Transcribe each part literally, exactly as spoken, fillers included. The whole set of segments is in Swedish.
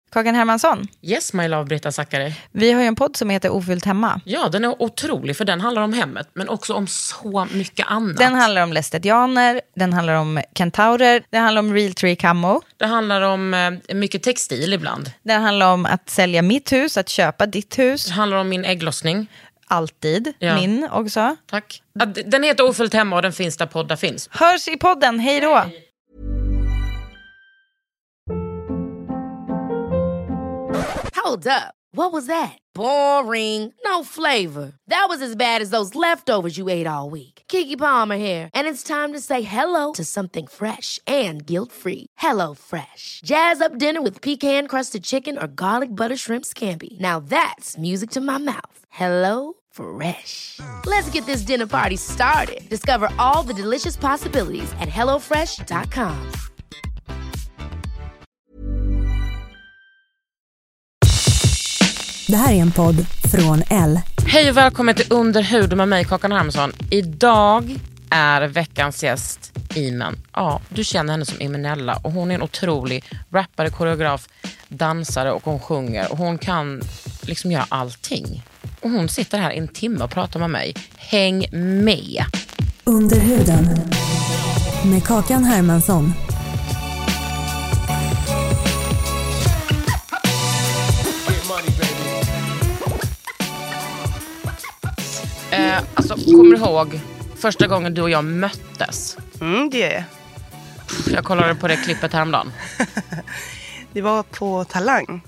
Kakan Hermansson. Yes, my love, Britta Zackari. Vi har ju en podd som heter Ofyllt hemma. Ja, den är otrolig för den handlar om hemmet, men också om så mycket annat. Den handlar om lästetianer, den handlar om kentaurer, den handlar om real tree camo. Det handlar om eh, mycket textil ibland. Den handlar om att sälja mitt hus, att köpa ditt hus. Det handlar om min ägglossning. Alltid, ja. Min också. Tack. Den heter Ofyllt hemma och den finns där poddar finns. Hörs i podden, hej då! Hej. Hold up. What was that? Boring. No flavor. That was as bad as those leftovers you ate all week. Keke Palmer here, and it's time to say hello to something fresh and guilt-free. Hello Fresh. Jazz up dinner with pecan-crusted chicken or garlic butter shrimp scampi. Now that's music to my mouth. Hello Fresh. Let's get this dinner party started. Discover all the delicious possibilities at hello fresh dot com. Det här är en podd från L. Hej och välkommen till Under huden med mig, Kakan Hermansson. Idag är veckans gäst Iman. Ja, du känner henne som Imanella och hon är en otrolig rappare, koreograf, dansare och hon sjunger. Och hon kan liksom göra allting. Och hon sitter här en timme och pratar med mig. Häng med! Under huden med Kakan Hermansson. Eh, alltså, kommer du ihåg första gången du och jag möttes? Mm, det är jag kollade på det klippet häromdagen. Det var på Talang.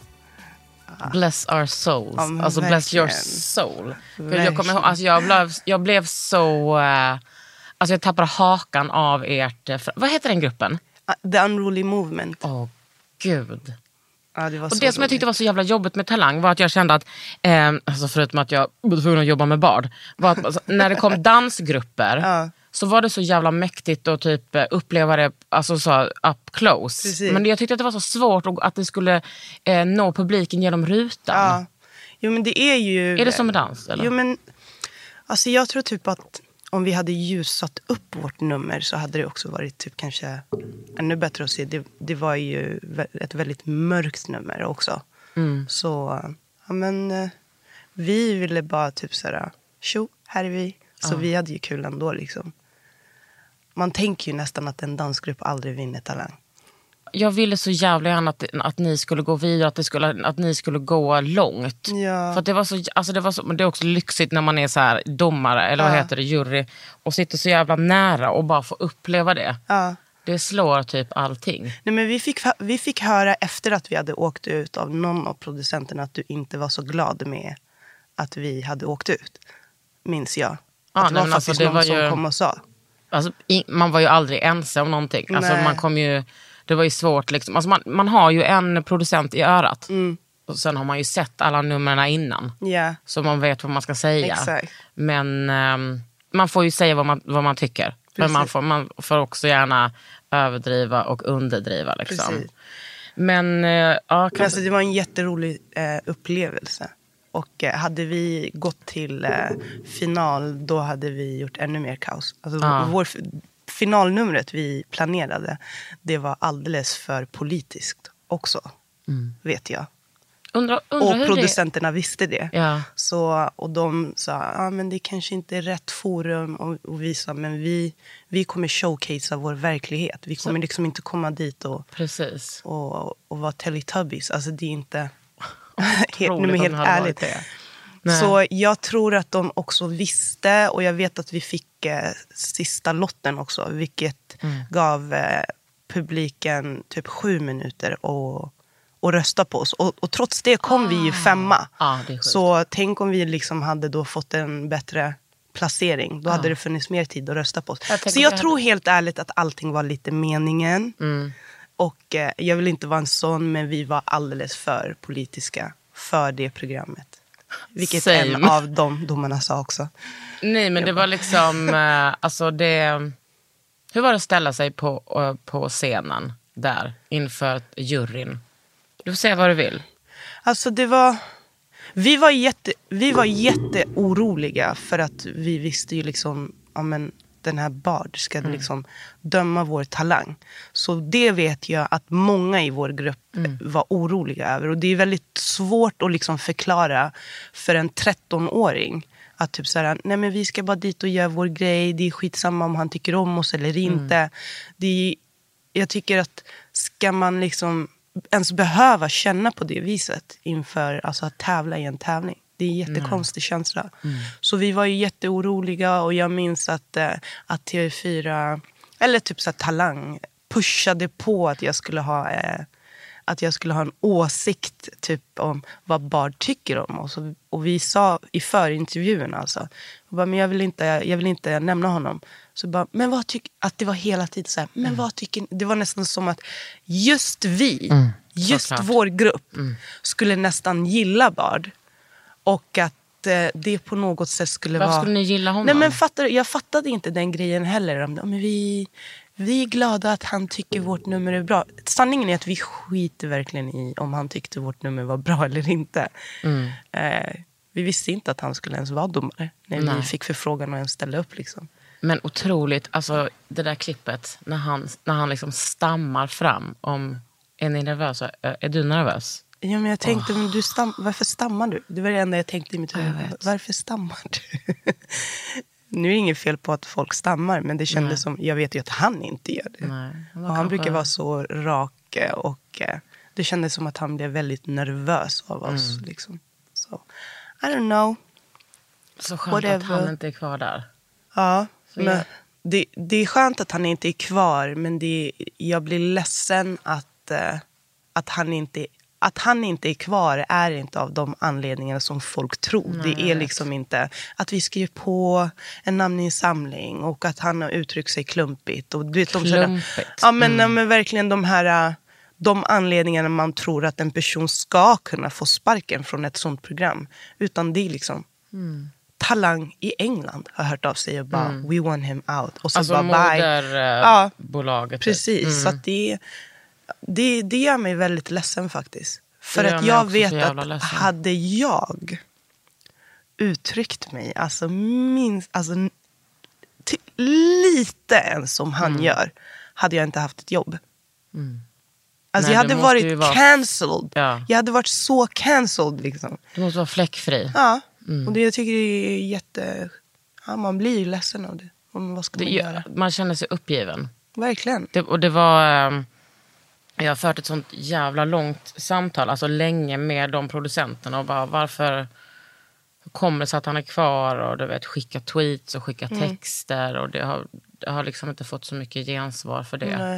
Bless our souls. Ja, alltså verkligen. bless your soul. För jag kommer ihåg, alltså jag blev, jag blev så uh, alltså jag tappade hakan av ert, vad heter den gruppen? Uh, The Unruly Movement. Åh oh, gud. Ja, det var och så det som jag tyckte var så jävla jobbigt med Talang var att jag kände att eh, alltså förutom att jag var tvungen att jobba med bard var att alltså, när det kom dansgrupper ja. så var det så jävla mäktigt att typ uppleva det alltså så up close. Precis. Men jag tyckte att det var så svårt och att det skulle eh, nå publiken genom rutan. Ja. Jo, men det är ju... Är det som en dans? Eller? Jo, men alltså jag tror typ att om vi hade ljusat upp vårt nummer så hade det också varit typ kanske ännu bättre att se. Det, det var ju ett väldigt mörkt nummer också. Mm. Så, ja men vi ville bara typ såhär, tjo, här är vi. Så ja. vi hade ju kul ändå liksom. Man tänker ju nästan att en dansgrupp aldrig vinner Talang. Jag ville så jävla gärna att, att ni skulle gå vidare, att, det skulle, att ni skulle gå långt. Ja. För att det var så, alltså det var så, men det är också lyxigt när man är så här domare, eller ja. vad heter det, jury, och sitter så jävla nära och bara får uppleva det. Ja. Det slår typ allting. Nej, men vi fick, vi fick höra efter att vi hade åkt ut av någon av producenterna att du inte var så glad med att vi hade åkt ut. Minns jag. Ja, att det nej, var faktiskt alltså, det någon var som ju, kom och sa. Alltså, i, man var ju aldrig ensam om någonting. Alltså, man kom ju, det var ju svårt liksom. Alltså, man, man har ju en producent i örat. Mm. Och sen har man ju sett alla numren innan. Yeah. Så man vet vad man ska säga. Exakt. Men um, man får ju säga vad man, vad man tycker. Precis. Men man får, man får också gärna överdriva och underdriva. Liksom. Precis. Men, uh, ja, kan... Men alltså, det var en jätterolig eh, upplevelse. Och eh, hade vi gått till eh, final, då hade vi gjort ännu mer kaos. Alltså, ah. vår finalnumret vi planerade, det var alldeles för politiskt också, mm. vet jag. Undra, undra och hur producenterna det... visste det. Ja. Så, och de sa, ja men det kanske inte är rätt forum. Och, och vi sa, men vi, vi kommer showcasea vår verklighet. Vi kommer Så. liksom inte komma dit och, Precis. och, och vara Teletubbies. Alltså det är inte... helt, nu är helt ärligt. Så jag tror att de också visste, och jag vet att vi fick eh, sista lotten också, vilket mm. gav eh, publiken typ sju minuter och, och rösta på oss. Och, och trots det kom ah. vi ju femma. Ah, så tänk om vi liksom hade då fått en bättre placering. Då ah. hade det funnits mer tid att rösta på oss. Jag så jag hade... tror helt ärligt att allting var lite meningen. Mm. Och eh, jag vill inte vara en sån, men vi var alldeles för politiska för det programmet. Vilket Same. En av de domarna sa också. Nej, men det var liksom, eh, alltså det, hur var det att ställa sig på, uh, på scenen där inför juryn? Du får säga vad du vill. Alltså det var, vi var jätte, vi var jätteoroliga för att vi visste ju liksom, ja men den här Bard ska mm. liksom döma vår talang. Så det vet jag att många i vår grupp mm. var oroliga över. Och det är väldigt svårt att liksom förklara för en trettonåring att typ såhär, nej men vi ska bara dit och göra vår grej. Det är skitsamma om han tycker om oss eller inte. Mm. Det är, jag tycker att ska man liksom ens behöva känna på det viset inför alltså att tävla i en tävling. Det är en jättekonstig mm. känsla. Mm. Så vi var ju jätteoroliga och jag minns att, äh, att T V fyra, eller typ så här, Talang, pushade på att jag skulle ha, äh, att jag skulle ha en åsikt typ om vad Bard tycker om oss. Och, och vi sa i förintervjun alltså, och bara, men jag vill inte, jag vill inte nämna honom. Så bara, men vad tycker, att det var hela tiden så här, men mm. vad tycker, det var nästan som att just vi, mm. just vår grupp mm. skulle nästan gilla Bard. Och att eh, det på något sätt skulle Varför vara... Varför skulle ni gilla honom? Nej, men fattar, jag fattade inte den grejen heller. Men vi, vi är glada att han tycker vårt nummer är bra. Sanningen är att vi skiter verkligen i om han tyckte vårt nummer var bra eller inte. Mm. Eh, vi visste inte att han skulle ens vara domare. När Nej. vi fick förfrågan och ens ställa upp liksom. Men otroligt, alltså det där klippet när han, när han liksom stammar fram om, är ni nervösa? Är du nervös? Ja, men jag tänkte, oh. men du stam- varför stammar du? Det var det enda jag tänkte i mitt huvud. Varför stammar du? Nu är det inget fel på att folk stammar, men det kändes Nej. som, jag vet ju att han inte gör det. Nej, och han kanske... brukar vara så rak och det kändes som att han blev väldigt nervös av oss. Mm. Liksom. Så, I don't know. Så skönt Whatever. Att han inte är kvar där. Ja, så men jag... det, det är skönt att han inte är kvar, men det, jag blir ledsen att, att han inte Att han inte är kvar är inte av de anledningarna som folk tror. Nej, det är liksom inte att vi skriver på en namninsamling och att han har uttryckt sig klumpigt. Och du vet, de klumpigt? Ja, men, mm. ja, men verkligen de här de anledningarna man tror att en person ska kunna få sparken från ett sånt program. Utan det är liksom... Mm. Talang i England har hört av sig och bara, mm. we want him out. Och så alltså bara, moderbolaget. Ja, precis, mm. så att det, det, det gör mig väldigt ledsen faktiskt. För att jag vet att ledsen. hade jag uttryckt mig, alltså minst, alltså t- lite än som han mm. gör, hade jag inte haft ett jobb. Mm. Alltså Nej, jag hade varit vara... cancelled. Ja. Jag hade varit så cancelled liksom. Du måste vara fläckfri. Ja. Mm. Och det jag tycker det är jätte... Ja, man blir ju ledsen av det. Och vad ska man det, göra? Man känner sig uppgiven. Verkligen. Det, och det var... Um, jag har fört ett sånt jävla långt samtal. Alltså länge med de producenterna. Och bara varför kommer det så att han är kvar? Och du vet, skicka tweets och skicka mm. texter. Och det har, det har liksom inte fått så mycket gensvar för det. Nej.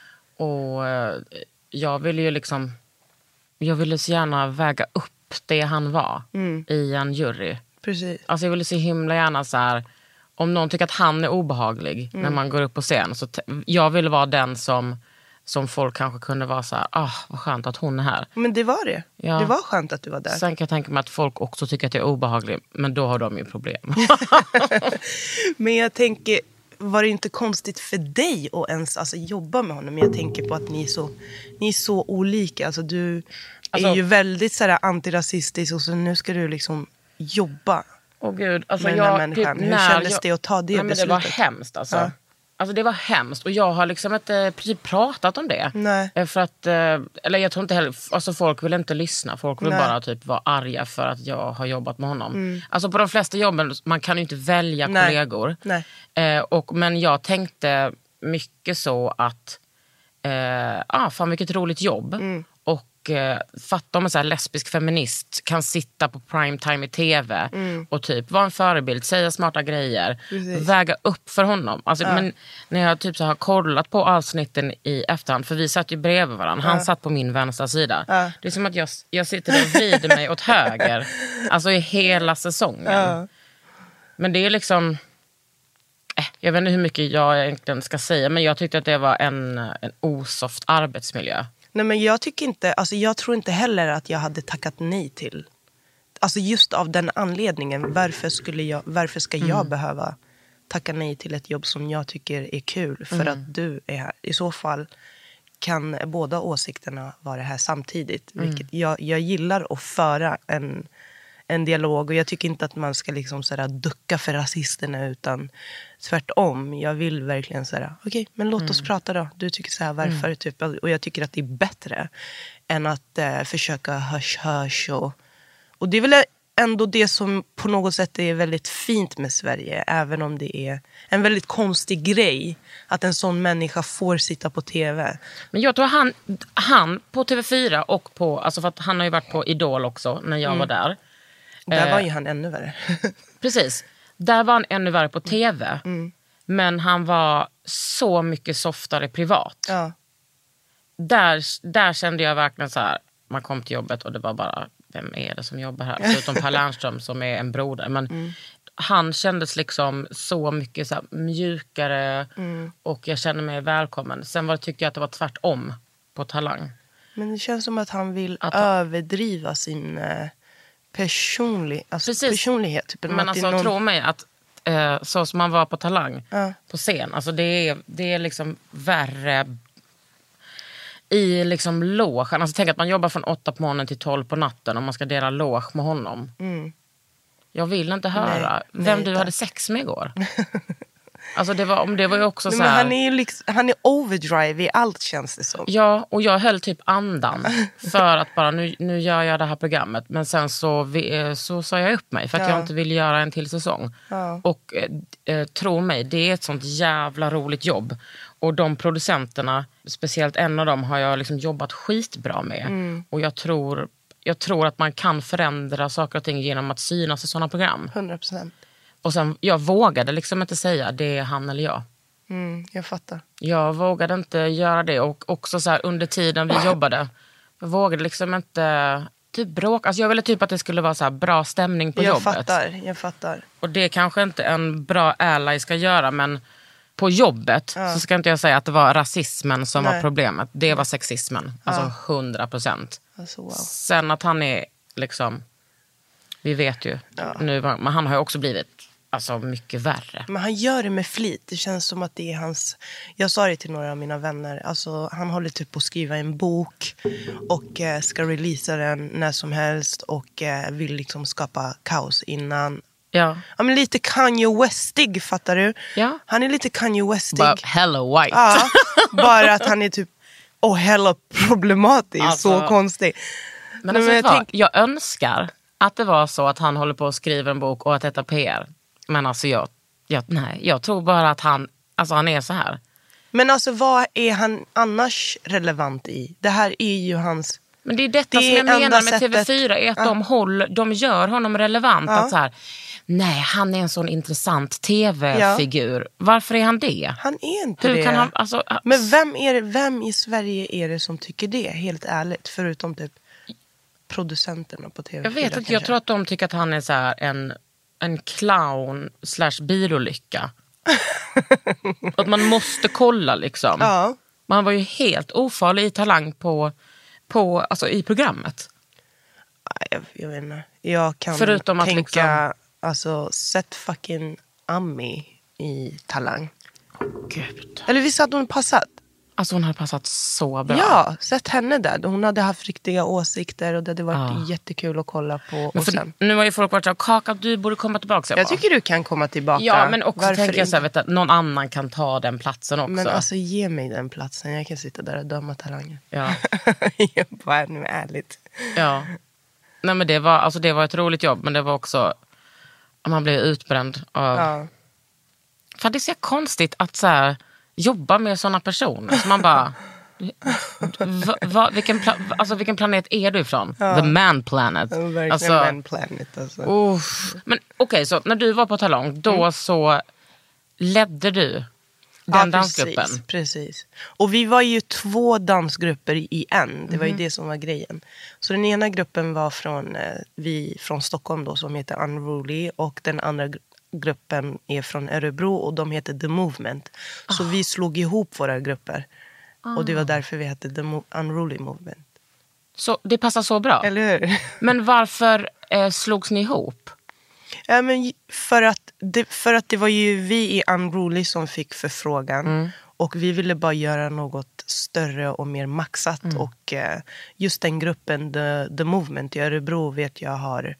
Och uh, jag ville ju liksom... Jag ville så gärna väga upp det han var mm. i en jury. Precis. Alltså jag ville så himla gärna så här, om någon tycker att han är obehaglig mm. när man går upp på scen, så t- jag ville vara den som som folk kanske kunde vara så här, ah, vad skönt att hon är här. Men det var det. Ja. Det var skönt att du var där. Sen kan jag tänka mig att folk också tycker att jag är obehaglig, men då har de ju problem. Men jag tänker, var det inte konstigt för dig att ens alltså, jobba med honom? Jag tänker på att ni är så, ni är så olika. Alltså du alltså, är ju väldigt så här, antirasistisk och så nu ska du liksom jobba oh, Gud. Alltså, med jag, den här människan. det, Hur kändes jag, det att ta det nej, beslutet? Men det var hemskt alltså. Ja. Alltså det var hemskt och jag har liksom inte precis pratat om det. Nej. För att, eller jag tror inte heller, alltså folk vill inte lyssna. Folk vill Nej. bara typ vara arga för att jag har jobbat med honom. Mm. Alltså på de flesta jobben, man kan ju inte välja Nej. kollegor. Nej. Eh, och, men jag tänkte mycket så att, eh, ah fan vilket roligt jobb. Mm. Och eh, fatta om en så här lesbisk feminist kan sitta på primetime i tv mm. och typ vara en förebild, säga smarta grejer, Precis. väga upp för honom. Alltså, ja. Men när jag typ så har kollat på avsnitten i efterhand, för vi satt ju bredvid varandra, ja. han satt på min vänstra sida. Ja. Det är som att jag, jag sitter där och vrider mig åt höger, alltså i hela säsongen. Ja. Men det är liksom, eh, jag vet inte hur mycket jag egentligen ska säga, men jag tyckte att det var en, en osoft arbetsmiljö. Nej, men jag tycker inte, alltså jag tror inte heller att jag hade tackat nej till. Alltså just av den anledningen, varför skulle jag, varför ska jag mm. behöva tacka nej till ett jobb som jag tycker är kul för mm. att du är här. I så fall kan båda åsikterna vara här samtidigt. Mm. Vilket jag, jag gillar att föra en, en dialog. Och jag tycker inte att man ska liksom sådär ducka för rasisterna, utan tvärtom. Jag vill verkligen sådär, okej, okay, men låt oss mm. prata då. Du tycker så här, varför? Mm. Typ. Och jag tycker att det är bättre än att eh, försöka hörs, hörs. Och, och det är väl ändå det som på något sätt är väldigt fint med Sverige. Även om det är en väldigt konstig grej att en sån människa får sitta på tv. Men jag tror han, han på T V fyra och på, alltså för att han har ju varit på Idol också när jag mm. var där. Där var ju han ännu värre. Precis. Där var han ännu värre på tv. Mm. Men han var så mycket softare privat. Ja. Där, där kände jag verkligen så här, man kom till jobbet och det var bara, vem är det som jobbar här? Förutom Per Lernström som är en broder. Men mm. han kändes liksom så mycket så här mjukare mm. och jag kände mig välkommen. Sen var, tyckte jag att det var tvärtom på Talang. Men det känns som att han vill att överdriva sin eh, personlig, alltså personlighet. Typ, men alltså någon... tro mig att eh, så som man var på Talang ja. på scen, alltså det är, det är liksom värre i liksom logen. Alltså tänk att man jobbar från åtta på morgonen till tolv på natten och man ska dela loge med honom. Mm. Jag vill inte höra nej, vem nej, du tack. hade sex med igår. Alltså det var, det var ju också nej, så här... Men han är ju liksom, han är overdrive i allt, känns det som. Ja, och jag höll typ andan för att bara nu, nu gör jag det här programmet. Men sen så, vi, så sa jag upp mig för att ja. jag inte ville göra en till säsong. Ja. Och eh, tro mig, det är ett sånt jävla roligt jobb. Och de producenterna, speciellt en av dem har jag liksom jobbat skitbra med. Mm. Och jag tror, jag tror att man kan förändra saker och ting genom att synas i sådana program. hundra procent. Och sen, jag vågade liksom inte säga det är han eller jag. Mm, jag fattar. Jag vågade inte göra det. Och också så här, under tiden vi jobbade. Jag vågade liksom inte typ bråka. Alltså jag ville typ att det skulle vara så här bra stämning på jag jobbet. Jag fattar, jag fattar. Och det kanske inte en bra ally ska göra. Men på jobbet ja. så ska inte jag säga att det var rasismen som Nej. var problemet. Det var sexismen. Alltså hundra procent. Alltså, wow. Sen att han är liksom... Vi vet ju. Ja. Nu, men han har ju också blivit... Alltså mycket värre. Men han gör det med flit. Det känns som att det är hans... Jag sa det till några av mina vänner. Alltså, han håller typ på att skriva en bok. Och eh, ska releasa den när som helst. Och eh, vill liksom skapa kaos innan. Ja. Ja, men lite Kanye Westig, fattar du? Ja. Han är lite Kanye Westig. But hello white. Ja, bara att han är typ... Oh, hella problematisk. Alltså, så konstig. Men, alltså, men jag, tänk... jag önskar att det var så att han håller på att skriva en bok och att detta P R. Men alltså jag, jag, nej, jag tror bara att han, alltså han är så här. Men alltså vad är han annars relevant i? Det här är ju hans... Men det är detta det som jag menar med T V fyra. Är att ja. de, håll, de gör honom relevant. Ja. Att så här, nej, han är en sån intressant tv-figur. Ja. Varför är han det? Han är inte Hur det. Kan han, alltså, Men vem, är det, vem i Sverige är det som tycker det? Helt ärligt. Förutom typ producenterna på T V fyra. Jag vet inte, jag tror att de tycker att han är så här en... en clown slash bilolycka. Att man måste kolla liksom. Ja. Man var ju helt ofarlig i Talang på, på alltså i programmet. Jag, jag vet inte. Jag kan Förutom tänka, liksom... alltså, sätt fucking Ami i Talang. Oh, Gud. Eller visst hade hon passat? Alltså hon hade passat så bra. Ja, sett henne där. Hon hade haft riktiga åsikter och det hade varit ah. jättekul att kolla på. Men för, sen. Nu har ju folk varit så här, Kaka, du borde komma tillbaka. Jag, jag tycker du kan komma tillbaka. Ja, men också Varför tänker jag så här, vet du, någon annan kan ta den platsen också. Men alltså ge mig den platsen. Jag kan sitta där och döma talanger. Ja. Jag bara, nu är ärligt. Ja. Nej, men det var, alltså, det var ett roligt jobb, men det var också... Man blev utbränd av... Ja. För det är så konstigt att så här, jobba med såna personer. Så man bara... va, va, vilken, pla, alltså, vilken planet är du ifrån? Ja. The man planet. Ja, verkligen alltså, man planet. Alltså. Uh, men okej, okay, så när du var på Talang, då mm. så ledde du den ja, dansgruppen. Precis, precis. Och vi var ju två dansgrupper i en. Det var ju det som var grejen. Så den ena gruppen var från, eh, vi från Stockholm då, som heter Unruly. Och den andra gr- gruppen är från Örebro och de heter The Movement. Så oh. vi slog ihop våra grupper. Oh. Och det var därför vi hette The Mo- Unruly Movement. Så det passar så bra. Eller hur? Men varför eh, slogs ni ihop? Ja, men för, att det, för att det var ju vi i Unruly som fick förfrågan. Mm. Och vi ville bara göra något större och mer maxat. Mm. Och eh, just den gruppen, The, The Movement i Örebro, vet jag har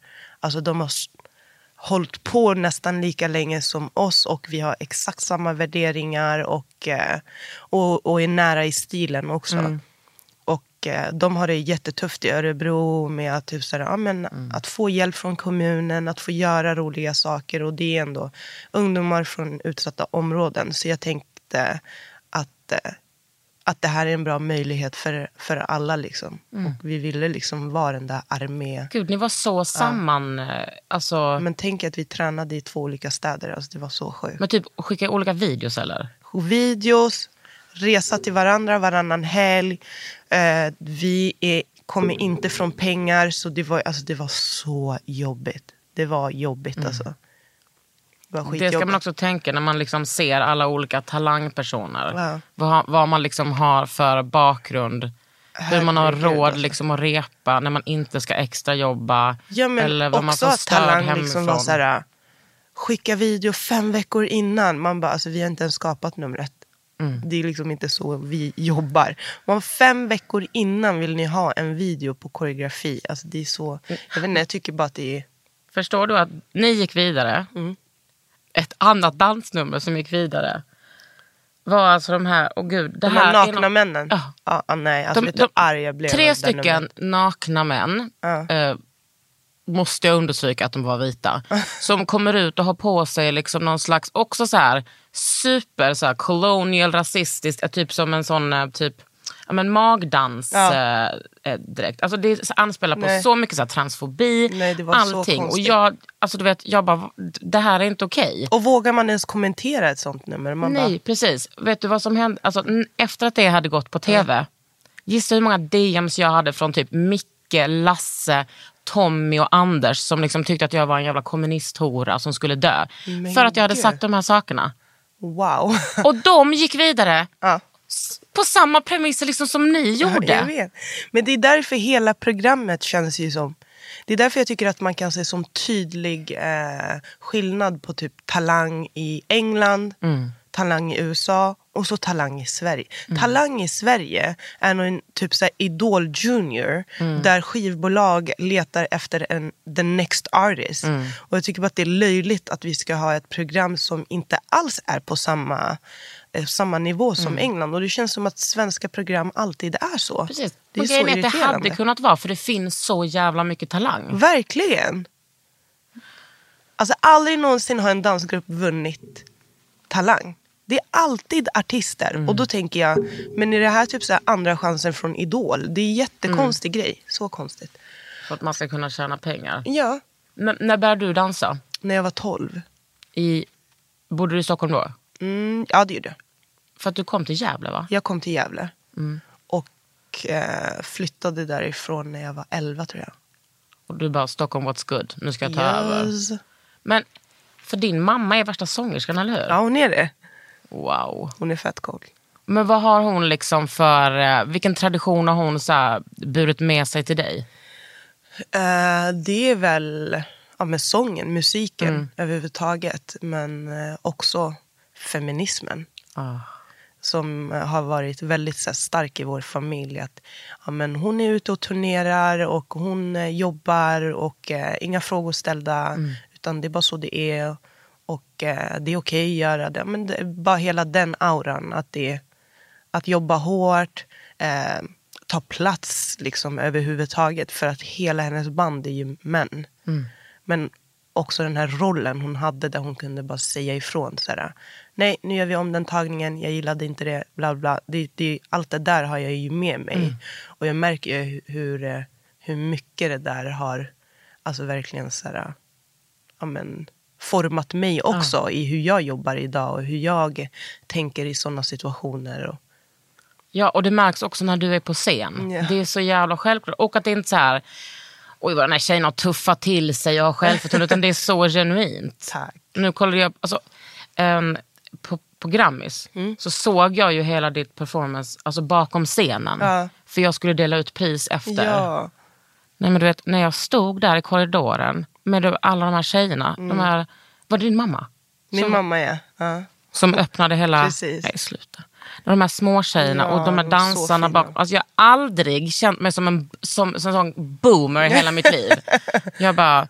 alltså de har hållit på nästan lika länge som oss och vi har exakt samma värderingar och, och, och är nära i stilen också. Mm. Och de har det jättetufft i Örebro med att, typ, så här, ja, men, mm. att få hjälp från kommunen, att få göra roliga saker, och det är ändå ungdomar från utsatta områden. Så jag tänkte att, att det här är en bra möjlighet för, för alla liksom. Mm. Och vi ville liksom vara den där armé. Gud, ni var så samman. Ja. Alltså... Men tänk att vi tränade i två olika städer, alltså det var så sjukt. Men typ skicka olika videos eller? Videos, resa till varandra varannan helg. Uh, vi är, kommer inte från pengar, så det var, alltså, det var så jobbigt. Det var jobbigt mm. alltså. Det, var det ska man också tänka när man liksom ser alla olika talangpersoner. Ja. Vad, vad man liksom har för bakgrund. Herregud, hur man har råd alltså. liksom att repa när man inte ska extra jobba. Ja, men eller vad man får stöd talang hemifrån. Liksom var så här, skicka video fem veckor innan. Man bara, alltså vi har inte ens skapat numret. Mm. Det är liksom inte så vi jobbar. Man fem veckor innan vill ni ha en video på koreografi. Alltså det är så, jag vet inte, jag tycker bara att det är... Förstår du att ni gick vidare? Mm. Ett annat dansnummer som gick vidare var alltså de här, åh gud, det de här nakna någon... männen. Ja, ah. ah, nej, alltså de, vet du hur arg jag blev. Tre stycken nakna män. Ah. Eh, måste jag undersöka att de var vita. Som kommer ut och har på sig liksom någon slags, också så här super så här colonial rasistiskt, typ som en sån typ, ja men magdans ja. eh, direkt. Alltså det anspelar på Nej. så mycket så här transfobi. Nej, det var allting. Så och jag, alltså du vet, jag bara, det här är inte okej. Okay. Och vågar man ens kommentera ett sånt nummer? Man Nej, bara... precis. Vet du vad som hände? Alltså efter att det hade gått på tv, mm. gissa hur många D M's jag hade från typ Micke, Lasse, Tommy och Anders som liksom tyckte att jag var en jävla kommunisthora som skulle dö. Men för att jag hade sagt de här sakerna. Wow. Och de gick vidare ja. på samma premisser liksom som ni gjorde. Ja, jag vet. Men det är därför hela programmet känns ju som... Det är därför jag tycker att man kan se som tydlig eh, skillnad på typ Talang i England, mm. Talang i U S A och så Talang i Sverige. Mm. Talang i Sverige är nog en typ så här Idol Junior mm. där skivbolag letar efter en the next artist. Mm. Och jag tycker bara att det är löjligt att vi ska ha ett program som inte alls är på samma, eh, samma nivå som mm. England. Och det känns som att svenska program alltid är så. Precis. Det är och så grejen är att irriterande. det hade kunnat vara, för det finns så jävla mycket talang. Verkligen. Alltså aldrig någonsin har en dansgrupp vunnit Talang. Det är alltid artister. Mm. Och då tänker jag, men är det här typ så här andra chansen från Idol? Det är en jättekonstig mm. grej. Så konstigt. För att man ska kunna tjäna pengar. Ja. Men när började du dansa? När jag var tolv. I, bodde du i Stockholm då? Mm, ja, det gjorde jag. För att du kom till Gävle, va? Jag kom till Gävle. Mm. Och eh, flyttade därifrån när jag var elva, tror jag. Och du bara, Stockholm what's good. Nu ska jag ta yes. över. Men för din mamma är värsta sångerskan, eller hur? Ja, hon är det. Wow. Hon är fett cool. Men vad har hon liksom för, vilken tradition har hon så här burit med sig till dig? Uh, det är väl ja, med sången, musiken mm. överhuvudtaget. Men uh, också feminismen. Ah. Som uh, har varit väldigt så här, stark i vår familj. Att, ja, men hon är ute och turnerar och hon uh, jobbar och uh, inga frågor ställda. Mm. Utan det är bara så det är. Och eh, det är okej att göra det. Men det är bara hela den auran. Att, det, att jobba hårt. Eh, ta plats liksom överhuvudtaget. För att hela hennes band är ju män. Mm. Men också den här rollen hon hade. Där hon kunde bara säga ifrån. Såhär, nej, nu gör vi om den tagningen. Jag gillade inte det. Bla bla. Det, det, allt det där har jag ju med mig. Mm. Och jag märker ju hur, hur mycket det där har. Alltså verkligen såhär. Ja men... format mig också ja. i hur jag jobbar idag och hur jag tänker i sådana situationer. Och... Ja, och det märks också när du är på scen. Ja. Det är så jävla självklart. Och att det inte så här, oj vad den här tjejen har tuffat till sig och har självförtroende, utan det är så genuint. Tack. Nu kollar jag, alltså, um, på, på Grammis mm. så såg jag ju hela ditt performance alltså bakom scenen. Ja. För jag skulle dela ut pris efter. Ja. Nej, men du vet, när jag stod där i korridoren med alla de här tjejerna. Mm. De här, var det din mamma? Min som, mamma, ja. ja. Som öppnade hela... Precis. Nej, sluta. De här små tjejerna ja, och de här dansarna bakom. Alltså jag har aldrig känt mig som en, som, som en sån boomer i hela mitt liv. Jag bara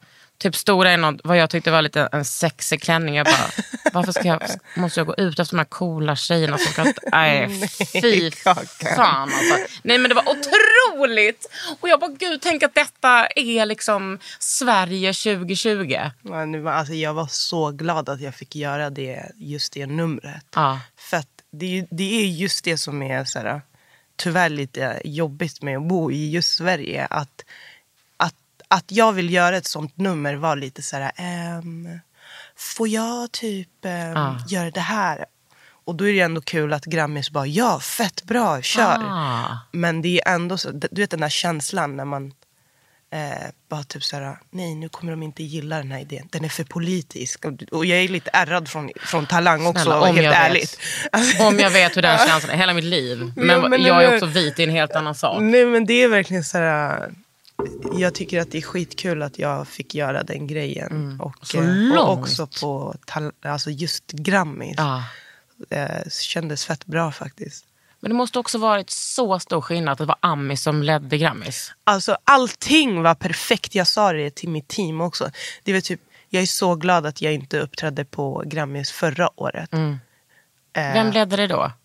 Typ stora är något, vad jag tyckte var lite en sexig klänning. Jag bara, varför ska jag, måste jag gå ut efter de här coola tjejerna som kan... Nej, fy fan alltså. Nej, men det var otroligt. Och jag bara, gud, tänk att detta är liksom Sverige tjugo tjugo. Ja, nu, alltså, jag var så glad att jag fick göra det, just det numret. Ja. För att det, är- det är just det som är så här, tyvärr lite jobbigt med att bo i just Sverige. Att, att, att jag vill göra ett sånt nummer var lite så här, ehm, får jag typ ehm, Ja. göra det här? Och då är det ändå kul att Grammis bara, ja, fett bra, kör. Ah. Men det är ändå så, du vet den där känslan när man eh, bara typ såhär, nej, nu kommer de inte gilla den här idén. Den är för politisk. Och, och jag är lite ärrad från, från Talang också, Snälla, om helt jag ärligt. Alltså, Om jag vet hur den känslan är, hela mitt liv. Men, Ja, men jag är nu- också vit, det är en helt annan sak. nej, men det är verkligen så här. Jag tycker att det är skitkul att jag fick göra den grejen. Och, Så eh, långt. och också på tal- alltså just Grammis. Ja. Eh, kändes fett bra faktiskt. Men det måste också varit så stor skillnad att det var Ami som ledde Grammis. Alltså allting var perfekt. Jag sa det till mitt team också. Det var typ, jag är så glad att jag inte uppträdde på Grammis förra året. Mm. Eh, Vem ledde det då?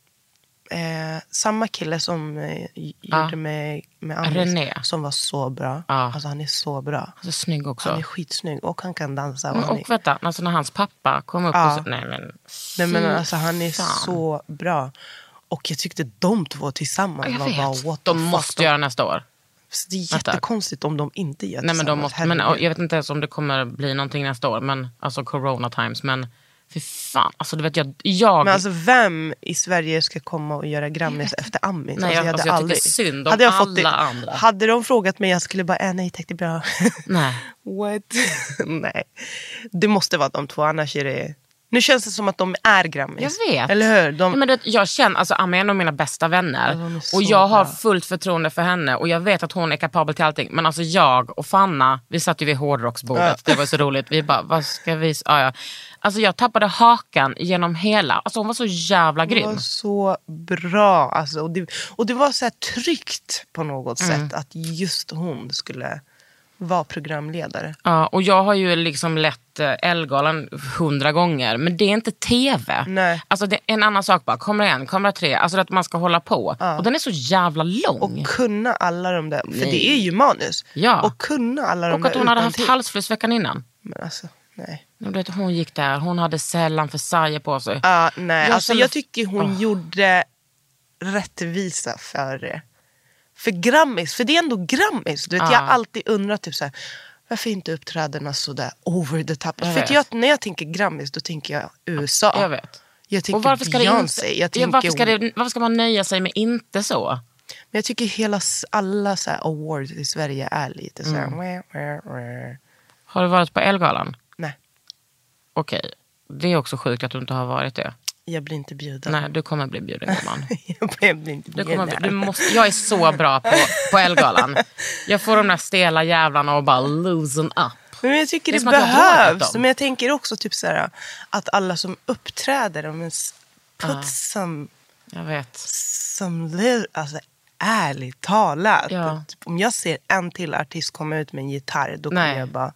eh, samma kille som eh, j- Ja. gjorde med, med Amis, René. som var så bra. Ja. Alltså han är så bra. Så snygg också. Han är skitsnygg och han kan dansa. Och Men, han är, och vänta, alltså när hans pappa kom upp Ja. och så, nej men, nej, men fy alltså, han är fan. så bra. Och jag tyckte de två tillsammans Jag var vet, bara, what the de fuck. måste göra nästa år. Så det är Vänta. jättekonstigt om de inte gör Nej men de tillsammans. måste, men Herregud. jag vet inte ens om det kommer bli någonting nästa år, men alltså corona times, men fy fan, alltså du vet jag, jag Men alltså vem i Sverige ska komma och göra Grammis efter Amis? Nej, jag- hade alltså, jag tycker aldrig- synd om hade jag fått alla det, andra. Hade de frågat mig, jag skulle bara, äh, nej tack, det är bra. nej. What? Nej. Det måste vara de två, annars är det... Nu känns det som att de är Grammis. Jag vet. Eller hur? De... Ja, men det, jag känner, alltså Ami är en av mina bästa vänner. Ja, de är så och jag har bra. fullt förtroende för henne. Och jag vet att hon är kapabel till allting. Men alltså jag och Fanna, vi satt ju vid hårdrocksbordet. Ja. Det var så roligt. Vi bara, vad ska vi... Ja, ja. Alltså jag tappade hakan genom hela. Alltså hon var så jävla Det grym. var så bra. Alltså, och, det, och det var så här tryggt på något Mm. sätt att just hon skulle vara programledare. Ja, och jag har ju liksom lett eh, Ellegalan hundra gånger. Men det är inte tv. Nej. Alltså det är en annan sak bara. Kamera en, kamera tre. Alltså att man ska hålla på. Och den är så jävla lång. Och kunna alla de där, för Nej. det är ju manus. Ja. Och kunna alla de Och där att hon hade utantill. haft halsfluss veckan innan. Men alltså, nej. Du vet, hon gick där, hon hade sällan för på sig. Ja, nej. Jag alltså, känner- jag tycker hon Åh. gjorde rättvisa för det. För Grammis, för det är ändå Grammis. Du vet, Ja. jag har alltid undrat typ så här, varför inte uppträdarna så där over the top? Jag För att vet. jag, när jag tänker Grammis, då tänker jag U S A. Jag vet. Jag tänker Och varför ska, det Beyoncé. inte, Jag ja, tänker, varför, ska det, varför ska man nöja sig med inte så? Men jag tycker hela, s- alla så här awards i Sverige är lite så här, Mm. wah, wah, wah. Har du varit på Ellegalan? Nej, Okej, det är också sjukt att du inte har varit det. jag blir inte bjuden. Nej, du kommer bli bjuden, gumman. jag blir inte Du bjuden. kommer, bli- du måste, jag är så bra på, på Ellegalan. Jag får de där stela jävlarna och bara loosen up. Men jag tycker Det är det, som att jag har dragit behövs. dem. Men jag tänker också typ så här, att alla som uppträder, de s- put Ja. some, Jag vet. some little, alltså ärligt talat. Ja. Typ, om jag ser en till artist komma ut med en gitarr, då kommer Nej. jag bara,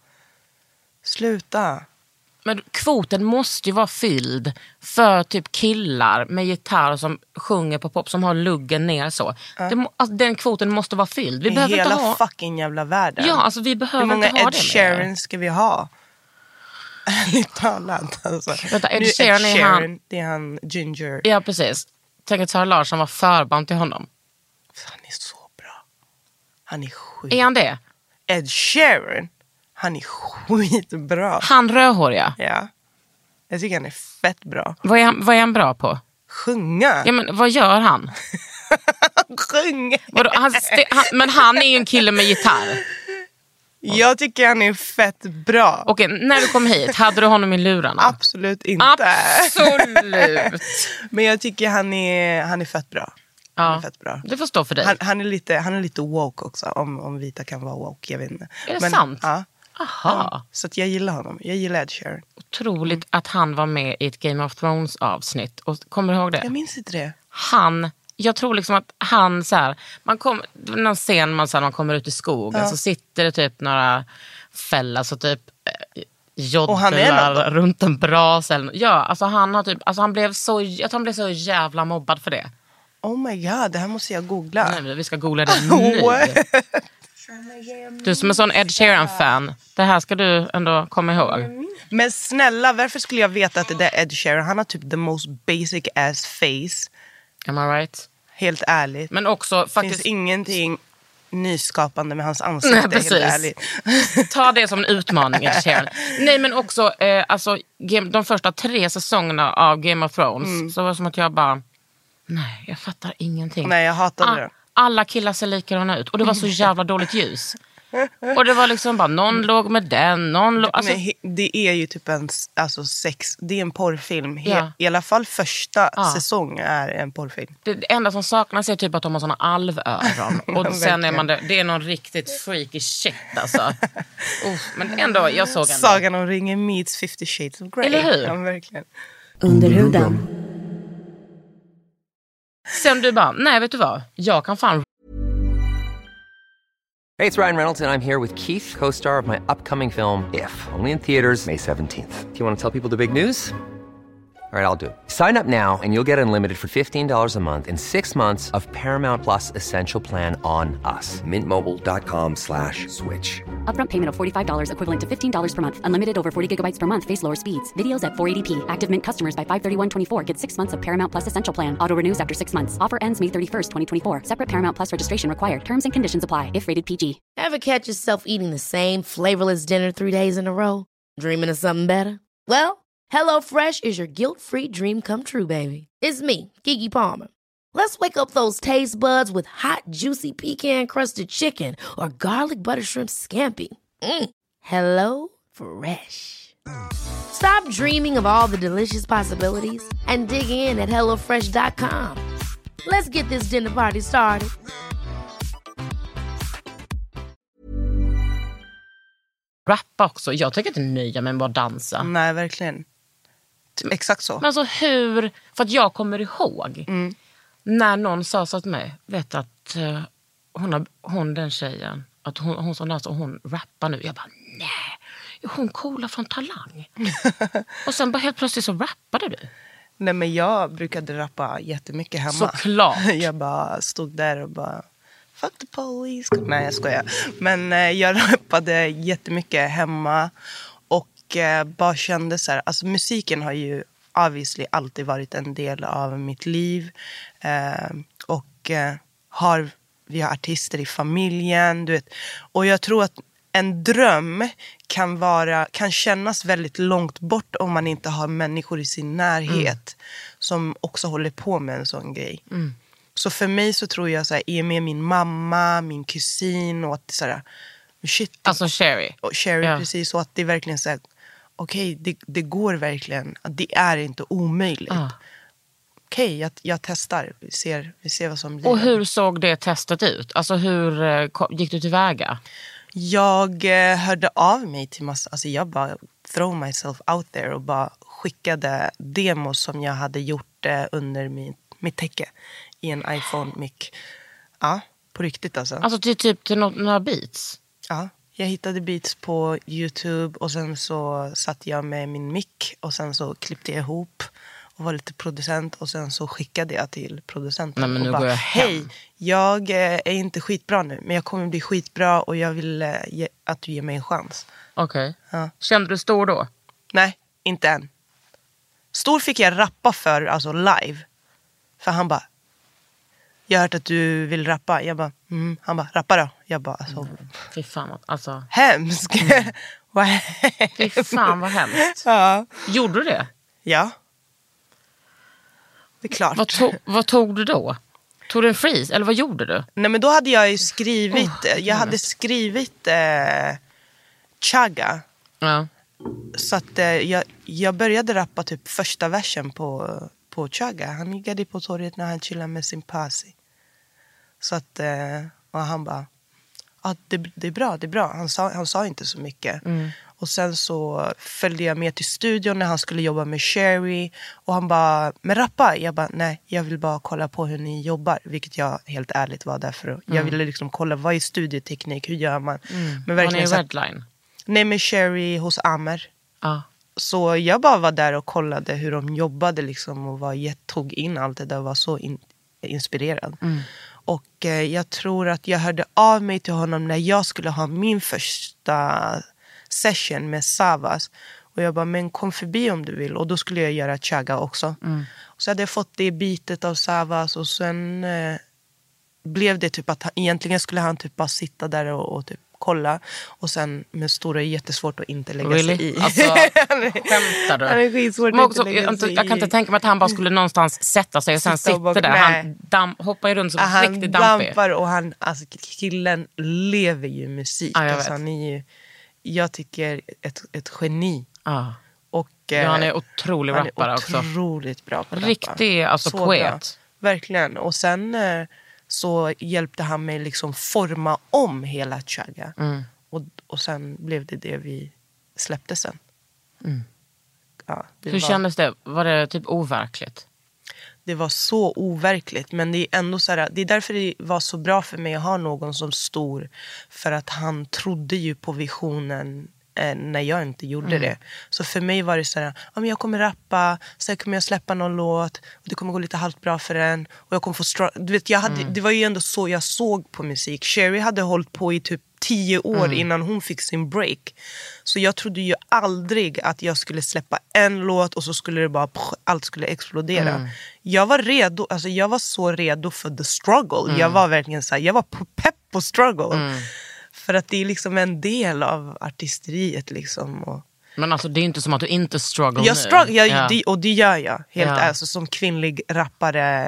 sluta. Men kvoten måste ju vara fylld för typ killar med gitarr som sjunger på pop, som har luggen ner så. Det, må- alltså, den kvoten måste vara fylld. Vi I behöver hela inte ha... fucking jävla världen. Ja, alltså vi Hur behöver många inte ha Ed det Sheeran ska vi ha? Ärligt talat. Alltså. Vänta, Ed Nu Sheeran är han- det är han Ginger. Ja, precis. Tänk att Sara Larsson var förband till honom. Han är så bra. Han är skit. Är han det? Ed Sheeran, han är skitbra. Han rödhåriga. Ja. Jag tycker han är fett bra. Vad är han, vad är han bra på? Sjunga. Ja, men vad gör han? Sjunga. Vadå, han, st- han men han är ju en kille med gitarr. Jag tycker han är fett bra. Okej, när du kom hit, hade du honom i lurarna? Absolut inte. Absolut. Men jag tycker han är, han är fett bra. Han är Ja, fett bra. det får stå för dig. Han, han, är lite, han är lite woke också. Om, om vita kan vara woke, jag vet inte. Är det sant? Ja. Aha. Så att jag gillar honom. Jag gillar Ed Sheeran. Otroligt att han var med i ett Game of Thrones avsnitt. Och kommer du ihåg det? Jag minns inte det. Han, jag tror liksom att han så här, man kom, någon scen man, så här, man kommer ut i skogen, så sitter det typ några fällar, så typ joddlar och han är runt en brasa. Ja, alltså han har typ, alltså han blev så, jag tror han blev så jävla mobbad för det. Oh my god, det här måste jag googla. Nej, men vi ska googla det nu. Du som är sån Ed Sheeran-fan, det här ska du ändå komma ihåg. Men snälla, varför skulle jag veta att det är Ed Sheeran? Han har typ the most basic ass face. Am I right? Helt ärligt. Men också faktiskt... finns ingenting nyskapande med hans ansikte. Nej, precis. Helt ärligt. Ta det som en utmaning, Ed Sheeran. Nej, men också eh, alltså, game, de första tre säsongerna av Game of Thrones mm. så var det som att jag bara... Nej, jag fattar ingenting. Nej, jag hatar ah, det. Alla killar ser likadana ut. Och det var så jävla dåligt ljus. Och det var liksom bara, någon låg med den, någon låg... Alltså... Men det är ju typ en alltså sex, det är en porrfilm. Ja. I alla fall första ja. säsong är en porrfilm. Det, det enda som saknas är typ att de har såna alvöron. Och sen är man det, det är någon riktigt freaky shit alltså. uh, men ändå, jag såg ändå. Sagan om ringen meets fifty shades of Grey. Eller hur? Ja, verkligen. Under huden. Sen du bara, nej vet du vad? Jag kan fan... Hey, it's Ryan Reynolds and I'm here with Keith, co-star of my upcoming film, If, only in theaters May seventeenth. Do you want to tell people the big news? All right, I'll do it. Sign up now and you'll get unlimited for fifteen dollars a month and six months of Paramount Plus Essential Plan on us. Mint Mobile dot com slash switch. Upfront payment of forty-five dollars equivalent to fifteen dollars per month. Unlimited over forty gigabytes per month. Face lower speeds. Videos at four eighty p. Active Mint customers by five thirty-one twenty-four get six months of Paramount Plus Essential Plan. Auto renews after six months. Offer ends May thirty-first, twenty twenty-four. Separate Paramount Plus registration required. Terms and conditions apply if rated P G. Ever catch yourself eating the same flavorless dinner three days in a row? Dreaming of something better? Well, HelloFresh is your guilt-free dream come true, baby. It's me, Keke Palmer. Let's wake up those taste buds with hot, juicy pecan-crusted chicken or garlic butter shrimp scampi. Mm. Hello Fresh. Stop dreaming of all the delicious possibilities and dig in at hello fresh dot com. Let's get this dinner party started. Rappa också. Jag tycker inte nöja med bara dansa. Nej, verkligen. Exakt så. Men alltså hur... För att jag kommer ihåg mm. när någon sa så till mig, vet att uh, hon, har, hon den tjejen, att hon, hon som dansar och hon rappar nu. Jag bara, nej. Hon coola från Talang. Och sen bara helt plötsligt så rappade du. Nej, men jag brukade rappa jättemycket hemma. Såklart. Jag bara stod där och bara... Fuck the police. Nej, jag skojar. Men eh, jag rappade jättemycket hemma. Och eh, bara kände så här... Alltså musiken har ju obviously alltid varit en del av mitt liv. Eh, och eh, har, vi har artister i familjen. Du vet. Och jag tror att en dröm kan, vara, kan kännas väldigt långt bort om man inte har människor i sin närhet. Mm. Som också håller på med en sån grej. Mm. Så för mig så tror jag så här, är med min mamma, min kusin och att så här, shit. Alltså Sherry. Och Sherry, ja. Precis. Så att det verkligen så här, okej, okay, det, det går verkligen. Det är inte omöjligt. Ah. Okej, okay, jag, jag testar. Vi ser, vi ser vad som blir. Och hur såg det testet ut? Alltså hur eh, gick du tillväga? Jag eh, hörde av mig till massa, alltså jag bara throw myself out there och bara skickade demos som jag hade gjort eh, under min, mitt täcke i en iPhone-mic. Ja, på riktigt alltså. Alltså till typ till några, några beats? Ja, jag hittade beats på YouTube och sen så satt jag med min mic och sen så klippte jag ihop och var lite producent och sen så skickade jag till producenten. Nej, men nu och bara, går jag hem. Hej, jag eh, är inte skitbra nu men jag kommer bli skitbra och jag vill eh, ge, att du ger mig en chans. Okej. Okay. Ja. Kände du stor då? Nej, inte än. Stor fick jag rappa för, alltså live. För han bara, jag har hört att du vill rappa. Jag bara, mm. Han bara, rappa då. Jag bara, alltså. Mm. Fy fan, alltså. Hemskt. Mm. Vad hemskt. Fy fan vad hemskt. Ja. Gjorde du det? Ja. Det är klart. Vad, to- vad tog du då? Tog du en freeze? Eller vad gjorde du? Nej, men då hade jag ju skrivit, oh, jag hade vet. skrivit eh, Chaga. Ja. Så att eh, jag, jag började rappa typ första versen på, på Chaga. Han gick på torget när han chillade med sin pasi. Så att, eh, och han bara, ah, det, det är bra, det är bra. Han sa, han sa inte så mycket. Mm. Och sen så följde jag med till studion när han skulle jobba med Sherry. Och han bara, men rappa? Jag bara, nej, jag vill bara kolla på hur ni jobbar. Vilket jag helt ärligt var därför. Mm. Jag ville liksom kolla, vad är studieteknik? Hur gör man? Mm. Men verkligen, han är Redline. Nej, med Sherry hos Amer. Ja. Så jag bara var där och kollade hur de jobbade liksom, och var, jag tog in allt det där och var så in, inspirerad. Mm. Och eh, jag tror att jag hörde av mig till honom när jag skulle ha min första session med Savas. Och jag bara, men kom förbi om du vill. Och då skulle jag göra chaga också. Mm. Så hade jag fått det bitet av Savas. Och sen eh, blev det typ att han, egentligen skulle han typ bara sitta där och, och typ kolla. Och sen med Stora är jättesvårt att inte lägga really? sig i. Alltså, skämtar du? Han är skitsvårt också, att inte lägga sig jag, jag kan inte tänka mig att han bara skulle någonstans sätta sig och sen sitta bara, där. nej. Han dam, hoppar ju runt som en riktig dampig. Han dampar och han, alltså killen lever ju musik. Ja, jag alltså, vet. han är ju, jag tycker, ett, ett geni. Ah. Och, ja, han är otrolig han rappare är också. Otroligt bra på att rappa. Riktig, alltså så poet. Bra. Verkligen. Och sen eh, så hjälpte han mig liksom forma om hela chaga. Mm. Och, och sen blev det det vi släppte sen. Mm. Ja, Hur var, kändes det? Var det typ overkligt? Det var så overkligt. Men det är ändå så här, det är därför det var så bra för mig att ha någon som stor. För att han trodde ju på visionen eh, när jag inte gjorde mm. det. Så för mig var det så här, ja, men jag kommer rappa, sen kommer jag släppa någon låt och det kommer gå lite halvt bra för den. Och jag kommer få str- du vet, jag hade, mm. det var ju ändå så jag såg på musik. Sherry hade hållit på i typ tio år mm. innan hon fick sin break. Så jag trodde ju aldrig att jag skulle släppa en låt och så skulle det bara, pff, allt skulle explodera. Mm. Jag var redo, alltså jag var så redo för the struggle. Mm. Jag var verkligen så här, jag var pepp på struggle. Mm. För att det är liksom en del av artisteriet liksom. Och men alltså det är inte som att du inte struggle jag nu. Struggle, jag, ja. det, och det gör jag. Helt ja. alltså som kvinnlig rappare,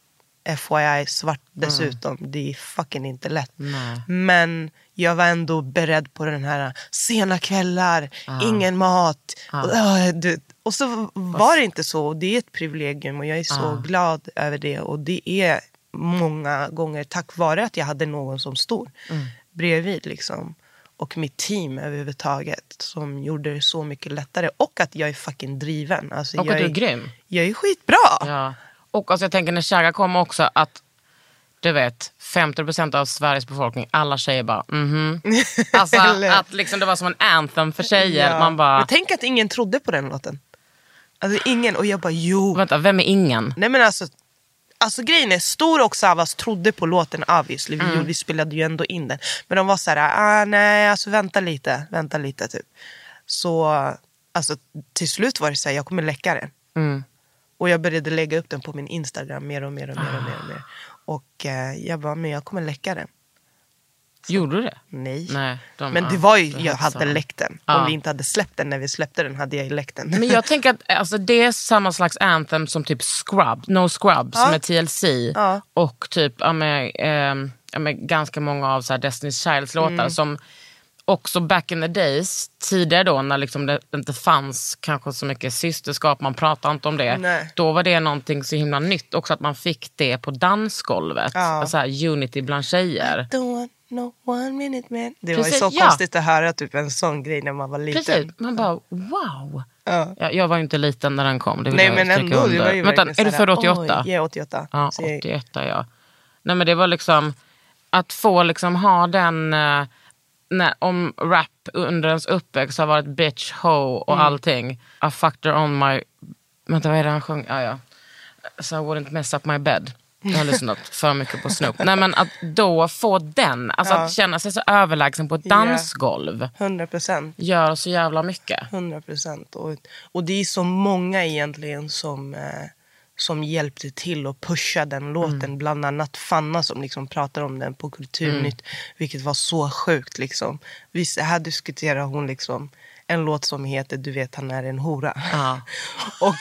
F Y I, svart dessutom. Mm. Det är fucking inte lätt. Nej. Men jag var ändå beredd på den här sena kvällar, ah. ingen mat. Ah. Och, uh, du, och så var det inte så. Och det är ett privilegium och jag är så ah. glad över det. Och det är många gånger tack vare att jag hade någon som stod mm. bredvid liksom. Och mitt team överhuvudtaget som gjorde det så mycket lättare. Och att jag är fucking driven. Alltså, och jag att du är är grym. Jag är skitbra. Ja. Och alltså jag tänker när Chaga kom också att du vet, femtio procent av Sveriges befolkning, alla tjejer bara, mhm. Alltså att liksom det var som en anthem för tjejer. Ja. Man bara... Men tänk att ingen trodde på den låten. Alltså ingen, och jag bara, jo. Vänta, vem är ingen? Nej men alltså, alltså grejen är, Stor och Savas trodde på låten obviously. Vi, mm. vi spelade ju ändå in den. Men de var så här, ah, nej alltså vänta lite, vänta lite typ. Så, alltså till slut var det så här, jag kommer läcka den. Mm. Och jag började lägga upp den på min Instagram mer och mer och mer och mer och mer. Och eh, jag bara, men jag kommer läcka den. Så, gjorde du det? Nej. nej de, men det var ju, jag hade läckt den. Ja. Om vi inte hade släppt den när vi släppte den hade jag ju läckt den. Men jag tänker att alltså, det är samma slags anthem som typ Scrub, No Scrubs ja. Med T L C. Ja. Och typ ja, med, eh, ja, med ganska många av så här, Destiny's Childs låtar mm. som också back in the days, tidigare då när liksom det inte fanns kanske så mycket systerskap, man pratar inte om det. Nej. Då var det någonting så himla nytt också att man fick det på dansgolvet. Ja. Alltså här, unity bland tjejer. No one minute man. Det Precis, var ju så ja. Konstigt att höra typ en sån grej när man var liten. Precis, man bara wow. Ja. Jag, jag var ju inte liten när den kom. Det vill Nej jag men ändå. under. Det var ju Vänta, är du född åttioåtta? Oj, ja, åttioåtta. Ja, åttioåtta ja. Nej men det var liksom att få liksom ha den uh, när, om rap under ens uppväxt har varit bitch, ho och mm. allting. I fucked her on my... Vänta, vad är det han sjöng? Ah, ja. So I wouldn't mess up my bed. Jag har lyssnat för mycket på Snoop. Nej men att då få den, alltså ja. Att känna sig så överlägsen på ett dansgolv. Yeah. hundra procent. Gör så jävla mycket. hundra procent. Och, och det är så många egentligen som... Eh, som hjälpte till att pusha den låten. Mm. Bland annat Fanna som liksom pratar om den på Kulturnytt. Mm. Vilket var så sjukt liksom. Vi, här diskuterar hon liksom en låt som heter Du vet han är en hora. Ja. Och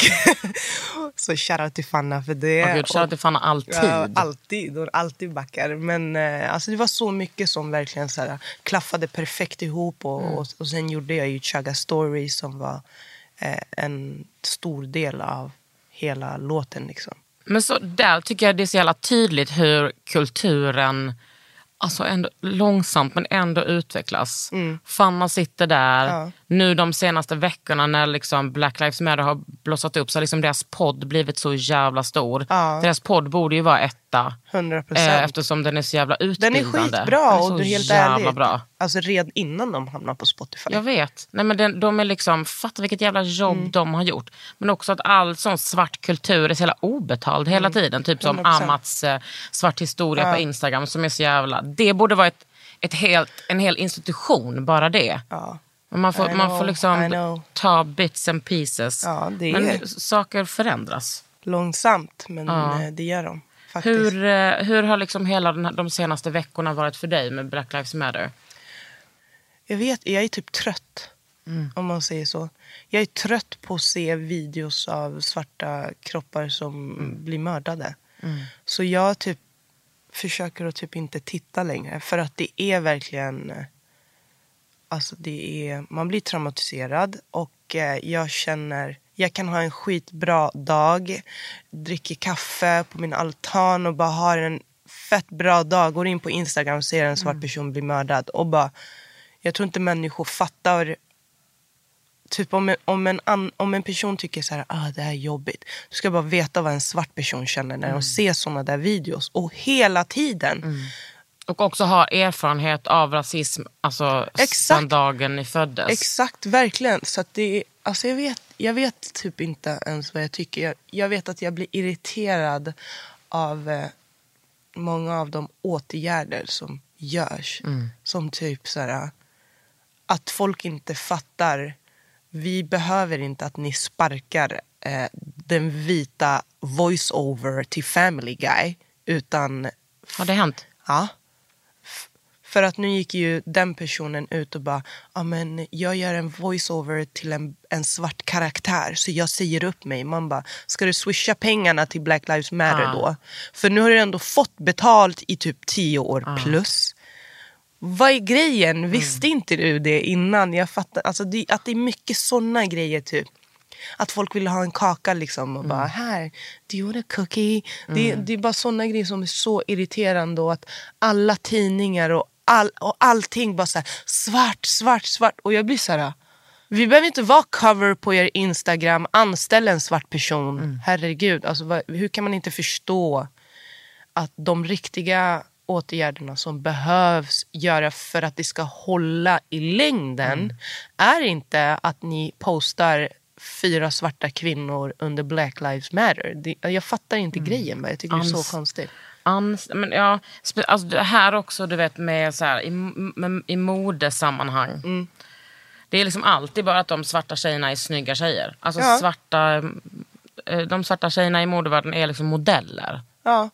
så shoutout till Fanna för det. Och gud, shoutout till Fanna alltid. Ja, alltid. Hon alltid backar. Men eh, alltså det var så mycket som verkligen så här, klaffade perfekt ihop. Och, mm. och, och sen gjorde jag ju Chaga Story som var eh, en stor del av hela låten liksom. Men så där tycker jag det är så jävla tydligt hur kulturen alltså ändå långsamt men ändå utvecklas. Mm. Fanna sitter där, ja. nu de senaste veckorna när liksom Black Lives Matter har blossat upp så har liksom deras podd blivit så jävla stor. Ja. Deras podd borde ju vara etta. hundra procent. Eh, eftersom den är så jävla utbildande. Den är skitbra den är så och det är helt jävla ärligt. Bra. Alltså redan innan de hamnar på Spotify. Jag vet. Nej, men den, de är liksom, fatta vilket jävla jobb Mm. de har gjort. Men också att all sån svart kultur är så jävla obetald hela tiden. Typ som hundra procent. Amats eh, svart historia Ja. på Instagram som är så jävla... Det borde vara ett, ett helt, en hel institution, bara det. Ja. Men man får, I man know, får I liksom know. ta bits and pieces. Ja, det är men saker förändras. långsamt, men Ja. eh, det gör de faktiskt. Hur, eh, hur har liksom hela den här, de senaste veckorna varit för dig med Black Lives Matter? Jag vet, jag är typ trött. Mm. Om man säger så. Jag är trött på att se videos av svarta kroppar som Mm. blir mördade. Så jag typ försöker att typ inte titta längre. För att det är verkligen... eh, Alltså det är... Man blir traumatiserad. Och eh, jag känner... Jag kan ha en skitbra dag. Dricker kaffe på min altan och bara har en fett bra dag. Går in på Instagram och ser en svart person bli mördad. Och bara... Jag tror inte människor fattar... Typ om en, om en, an, om en person tycker så här, ah, det här är jobbigt. Du ska bara veta vad en svart person känner när de ser såna där videos. Och hela tiden. Och också ha erfarenhet av rasism, alltså Exakt. sedan dagen ni föddes. Exakt, verkligen. Så att det är, alltså jag vet, jag vet typ inte ens vad jag tycker. Jag, jag vet att jag blir irriterad av eh, många av de åtgärder som görs. Som typ så här, att folk inte fattar. Vi behöver inte att ni sparkar eh, den vita voice-over till Family Guy. Utan... Har det hänt? Ja. F- för att nu gick ju den personen ut och bara, ja men jag gör en voice-over till en, en svart karaktär så jag säger upp mig. Man bara, ska du swisha pengarna till Black Lives Matter Ja. då? För nu har du ändå fått betalt i typ tio år plus. Vad är grejen? Visste inte du det innan? Jag fattar, alltså det, att det är mycket såna grejer typ. Att folk vill ha en kaka liksom och bara, här, do you want a cookie? Det, det är bara såna grejer som är så irriterande och att alla tidningar och, all, och allting bara så här, svart, svart, svart. Och jag blir så här, vi behöver inte vara cover på er Instagram, anställ en svart person. Herregud, alltså vad, hur kan man inte förstå att de riktiga åtgärderna som behövs göra för att det ska hålla i längden är inte att ni postar fyra svarta kvinnor under Black Lives Matter. Det, jag fattar inte grejen, men jag tycker det är Ans- så konstigt. Ans, men ja, spe- alltså det här också, du vet, med så här, i, med, i modesammanhang. Mm. Det är liksom alltid bara att de svarta tjejerna är snygga tjejer. Alltså Ja. svarta, eh, de svarta tjejerna i modevärlden är liksom modeller. Ja.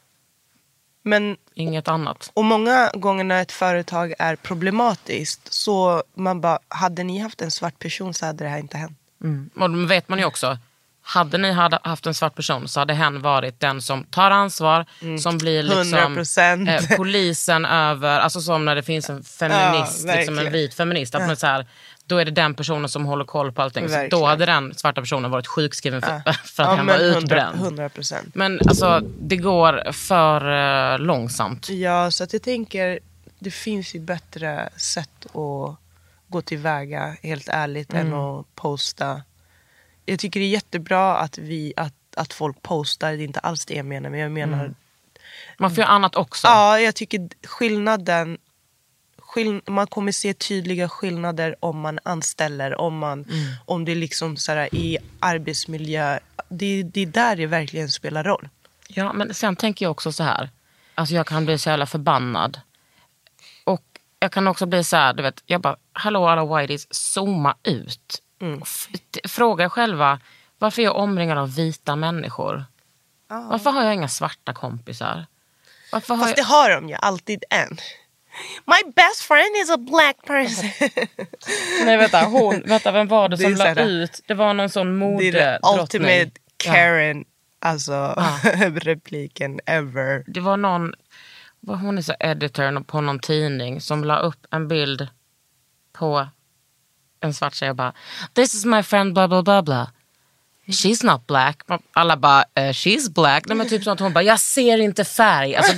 Men, Inget annat. och många gånger när ett företag är problematiskt så man bara, hade ni haft en svart person så hade det här inte hänt. Mm. Och då vet man ju också, hade ni hade haft en svart person så hade hen varit den som tar ansvar, som blir liksom hundra procent. eh, polisen över, alltså som när det finns en feminist, Ja, liksom en verkligen. vit feminist, att man så här, då är det den personen som håller koll på allting. Så Verkligen. då hade den svarta personen varit sjukskriven för, för att Ja, hen var men utbränd. hundra procent. Men alltså, det går för eh, långsamt. Ja, så att jag tänker, det finns ju bättre sätt att gå tillväga, helt ärligt, än att posta. Jag tycker det är jättebra att, vi, att, att folk postar, det är inte alls det jag menar, men jag menar... Man får ju annat också. Ja, jag tycker skillnaden... Skill, man kommer se tydliga skillnader om man anställer, om, man, om det är liksom så här, i arbetsmiljö. Det, det är där det verkligen spelar roll. Ja, men sen tänker jag också så här. Alltså jag kan bli så jävla förbannad. Och jag kan också bli så här, du vet, jag bara, hallå alla whiteys, zooma ut. F- t- Fråga er själva, varför är jag omringad av vita människor? Varför har jag inga svarta kompisar? Varför har Fast jag... det har de ju alltid än. My best friend is a black person. Nej, vänta, hon, vänta, vem var det Det som är la så här- ut? Det var någon sån Det är det modedrottning. ultimate Ja. Karen, alltså repliken ever. Det var någon, var hon är så editor på någon tidning som la upp en bild på en svart tjej och bara, this is my friend bla bla bla bla. she's not black. Alla bara, uh, she's black. Nej, men typ så att hon bara, jag ser inte färg. Alltså,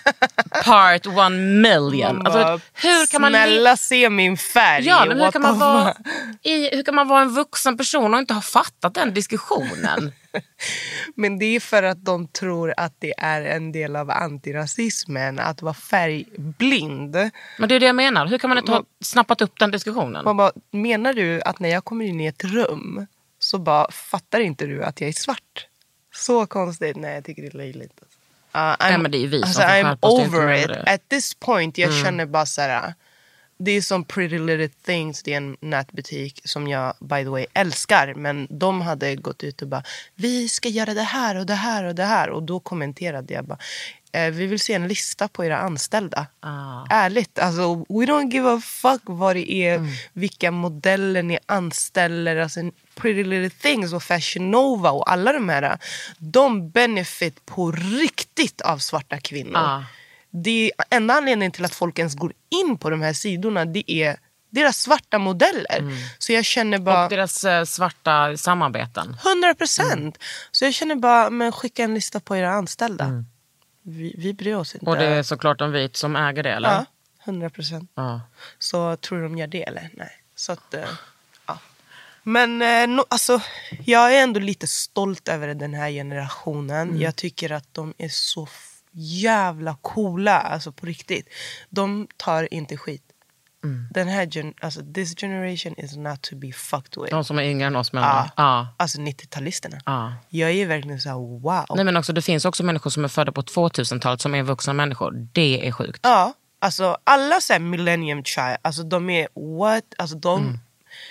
part one million. Bara, alltså, hur kan man snälla se min färg. Ja, men hur kan, man vara, i, hur kan man vara en vuxen person och inte ha fattat den diskussionen? Men det är för att de tror att det är en del av antirasismen att vara färgblind. Men det är det jag menar. Hur kan man inte ha snappat upp den diskussionen? Man bara, menar du att när jag kommer in i ett rum så bara fattar inte du att jag är svart? Så konstigt. Nej, jag tycker det är löjligt. Uh, Nej, men det är ju vi som alltså, får I'm skärpa oss, over it. det. At this point, jag Mm. känner bara så här. Det är som Pretty Little Things, det är en nätbutik som jag by the way älskar. Men de hade gått ut och bara, vi ska göra det här och det här och det här. Och då kommenterade jag bara, eh, vi vill se en lista på era anställda. Ah. Ärligt, alltså we don't give a fuck vad det är, Mm. vilka modeller ni anställer. Alltså Pretty Little Things och Fashion Nova och alla de här, de benefit på riktigt av svarta kvinnor. Ah. Det är enda anledningen till att folk ens går in på de här sidorna, det är deras svarta modeller. Mm. Så jag känner bara... Och deras eh, svarta samarbeten. hundra procent. Mm. Så jag känner bara, men skicka en lista på era anställda. Mm. Vi, vi bryr oss inte. Och det är såklart en vit som äger det, eller? Ja, hundra procent. Ja. Så tror de gör det, eller? Nej. Så att, uh, ja. Men uh, no, alltså, jag är ändå lite stolt över den här generationen. Mm. Jag tycker att de är så f- jävla coola, alltså på riktigt. De tar inte skit. Mm. Den här gen- alltså, this generation is not to be fucked with. De som är yngre än oss, men ja. Ja. Alltså nittio-talisterna. Ja. Jag är verkligen så här, wow. Nej, men också, det finns också människor som är födda på tvåtusentalet som är vuxna människor. Det är sjukt. Ja, alltså alla så här millennium child, alltså de är what, alltså de mm.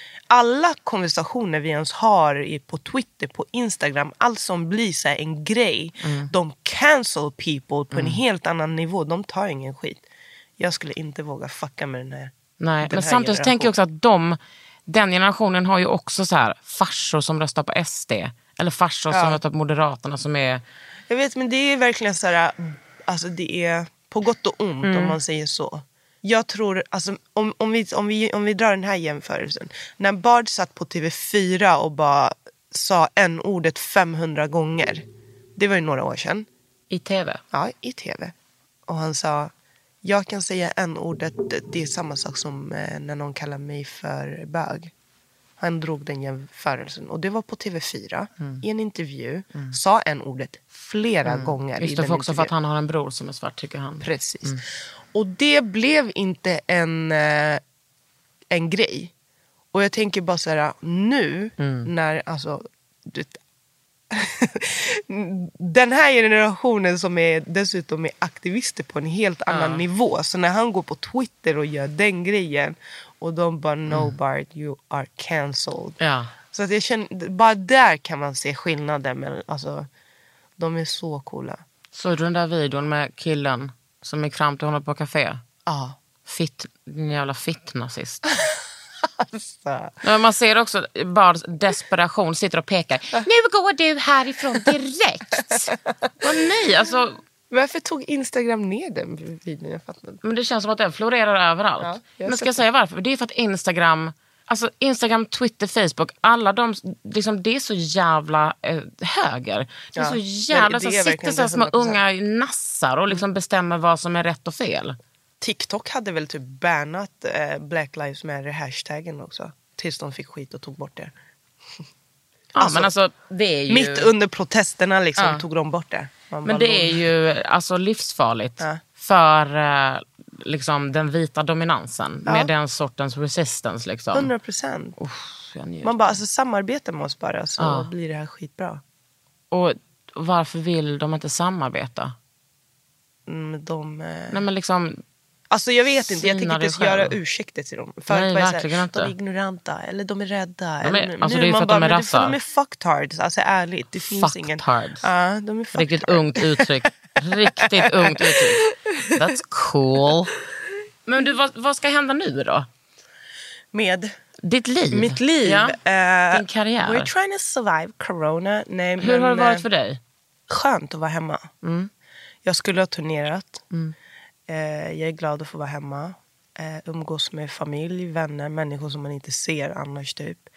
alla konversationer vi ens har i, på Twitter, på Instagram, allt som blir så här en grej, mm. de cancel people på mm. en helt annan nivå. De tar ingen skit. Jag skulle inte våga fucka med den här. Nej, den men här samtidigt tänker jag också att de, den generationen har ju också så här farsor som röstar på S D. Eller farsor ja. som röstar på Moderaterna som är... Jag vet, men det är verkligen så här, alltså det är på gott och ont mm. om man säger så. Jag tror, alltså, om, om, vi, om, vi, om vi drar den här jämförelsen. När Bard satt på T V fyra och bara sa en ordet femhundra gånger. Det var ju några år sedan. I tv? Ja, i tv. Och han sa, jag kan säga en ordet, det är samma sak som eh, när någon kallar mig för bög. Han drog den jämförelsen. Och det var på T V fyra. Mm. I en intervju. Mm. Sa en ordet flera mm. gånger. Just det, för också för att han har en bror som är svart, tycker han. Precis. Mm. Och det blev inte en, eh, en grej. Och jag tänker bara så här, nu mm. när, alltså, det, den här generationen som är dessutom är aktivister på en helt annan ja. nivå. Så när han går på Twitter och gör den grejen och de bara, no mm. Bart, you are cancelled. Ja. Så att jag känner, bara där kan man se skillnaden. Men alltså, de är så coola. Såg du den där videon med killen som gick fram till honom på café? Ja. Fitt, en jävla fitt-nazist. Alltså. Men man ser också bara desperation, sitter och pekar. Nu går du härifrån direkt. Och nej, alltså... Varför tog Instagram ner den videon? Jag fattar inte. Men det känns som att den florerar överallt. Ja, jag Men ska jag säga varför? Det är för att Instagram... Alltså Instagram, Twitter, Facebook, alla de, liksom, det är så jävla eh, höger. Det är ja, så jävla, det, det så sitter så här små unga nassar och liksom bestämmer vad som är rätt och fel. TikTok hade väl typ bannat eh, Black Lives Matter hashtaggen också. Tills de fick skit och tog bort det. Ja, alltså, men alltså det är ju... Mitt under protesterna liksom ja. tog de bort det. Man men det är ju alltså livsfarligt ja. för eh, liksom den vita dominansen. Ja. Med den sortens resistance liksom. hundra procent. Man bara, alltså samarbeta med oss bara så ja. blir det här skitbra. Och varför vill de inte samarbeta? Mm, de... Eh... Nej men liksom... Alltså jag vet inte, jag tänker inte ens göra ursäkter till dem. För Nej, att verkligen inte. De är ignoranta, eller de är rädda. De är, eller, alltså nu det är för att de är rassar. rassar. De är fucktards, alltså ärligt. Det finns fucktards. ingen... Ja, de är fucktards. Riktigt ungt uttryck. Riktigt ungt uttryck. That's cool. Men du, vad, vad ska hända nu då? Med? Ditt liv. Mitt liv. Ja. Uh, Din karriär. We're trying to survive corona. Nej, Hur men, har det varit för dig? Skönt att vara hemma. Mm. Jag skulle ha turnerat. Mm. Uh, jag är glad att få vara hemma. Uh, umgås med familj, vänner, människor som man inte ser annars typ.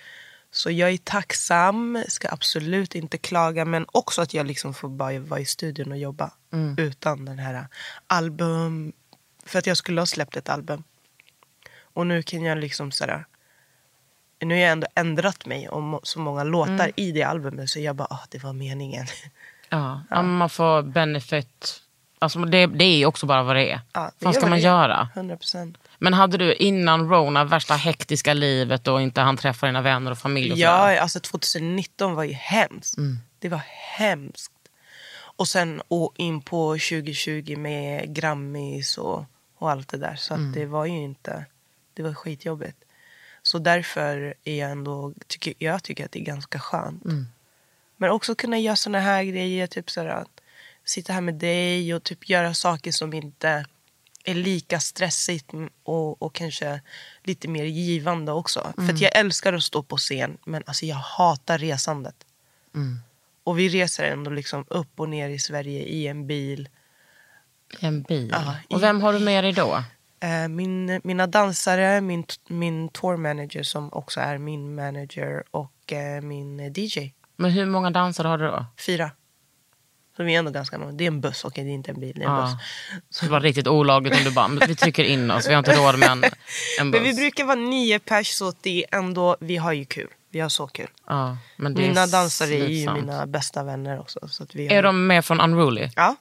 Så jag är tacksam, ska absolut inte klaga. Men också att jag liksom får bara vara i studion och jobba. Mm. Utan den här album. För att jag skulle ha släppt ett album. Och nu kan jag liksom sådär. Nu har jag ändå ändrat mig om så många låtar mm. i det albumet. Så jag bara, ah, det var meningen. Ja, ja. Man får benefit. Alltså det, det är ju också bara vad det är. Ja, det vad ska man det. göra? hundra procent. Men hade du innan Rona värsta hektiska livet och inte han träffa dina vänner och familj? Och ja, så alltså tjugonitton var ju hemskt. Mm. Det var hemskt. Och sen och in på tjugo tjugo med Grammys och, och allt det där. Så mm. att det var ju inte, det var skitjobbigt. Så därför är jag ändå, tycker, jag tycker att det är ganska skönt. Mm. Men också kunna göra såna här grejer, typ sådär att sitta här med dig och typ göra saker som inte är lika stressigt och, och kanske lite mer givande också. Mm. För att jag älskar att stå på scen, men alltså jag hatar resandet. Mm. Och vi reser ändå liksom upp och ner i Sverige i en bil. I en bil? Ja, i, och vem har du med dig då? Min, mina dansare, min, min tour manager som också är min manager och eh, min D J. Men hur många dansare har du då? Fyra. Så vi är ändå ganska många. Det är en buss, okej, det är inte en bil, det är en ah. buss. Så det var riktigt olagligt om du bara, vi trycker in oss, vi har inte råd med en, en buss. Men vi brukar vara nio pers, så det är ändå, vi har ju kul. Vi har så kul. Ah, men det mina är dansare slitsamt. är ju mina bästa vänner också. Så att vi är har... de med från Unruly? Ja.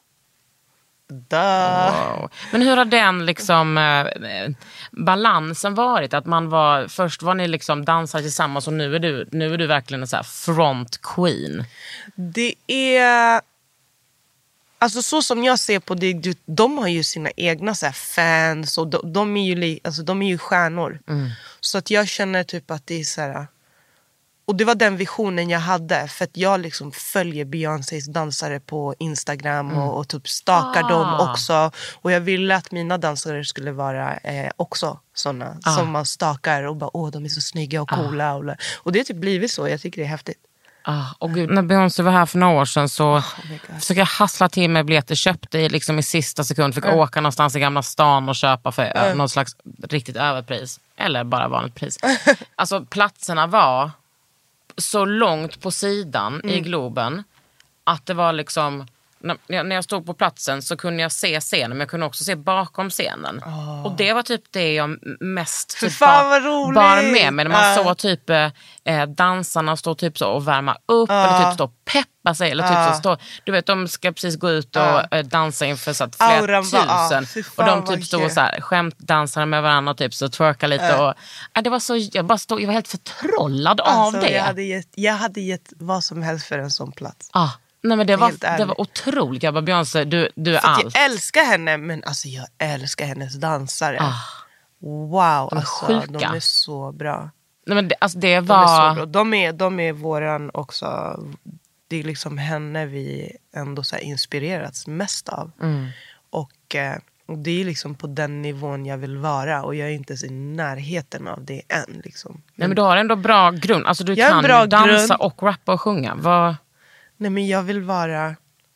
Wow. Men hur har den liksom eh, balansen varit? Att man var, först var ni liksom dansare tillsammans och nu är du, nu är du verkligen en så här front queen. Det är, alltså så som jag ser på det, de har ju sina egna så här fans och de, de är ju alltså de är ju stjärnor. Mm. Så att jag känner typ att det är så här. Och det var den visionen jag hade. För att jag liksom följer Beyoncés dansare på Instagram. Mm. Och, och typ stakar ah. dem också. Och jag ville att mina dansare skulle vara eh, också såna. Ah. Som man stakar och bara, åh de är så snygga och coola. Ah. Och, och det har typ blivit så. Jag tycker det är häftigt. Ah, och gud, när Beyoncé var här för några år sedan så oh försökte jag hassla till med biljetter. Köpte liksom i sista sekund. Fick mm. åka någonstans i Gamla stan och köpa för mm. någon slags riktigt överpris. Eller bara vanligt pris. Alltså platserna var så långt på sidan mm. i Globen att det var liksom, när, när jag stod på platsen så kunde jag se scenen, men jag kunde också se bakom scenen. Oh. Och det var typ det jag mest typ bar, bar med mig. När man uh. såg typ eh, dansarna stå typ så och värma upp uh. eller typ stå och peppa sig. Eller typ uh. så stå, du vet, de ska precis gå ut och uh. eh, dansa inför så att flera Auran tusen. Uh. Och de typ stod och så här, skämtdansade med varandra och typ så twerka lite. Uh. Och, äh, det var så, jag bara stod, jag var helt förtrollad alltså, av det. Jag hade, gett, jag hade gett vad som helst för en sån plats. Ja. Uh. Nej, men det var, det var otroligt. Jag bara, Beyoncé, du, du är allt. Jag älskar henne, men alltså jag älskar hennes dansare. Ah, wow, de alltså sjuka. De är så bra. Nej, men det, alltså det var... De är så bra. De är, de är våran också. Det är liksom henne vi ändå så här inspirerats mest av. Mm. Och, och det är liksom på den nivån jag vill vara. Och jag är inte så i närheten av det än. Liksom. Men, Nej, men du har ändå bra grund. Alltså du kan dansa grund. och rappa och sjunga. Vad... Nej, men jag vill vara...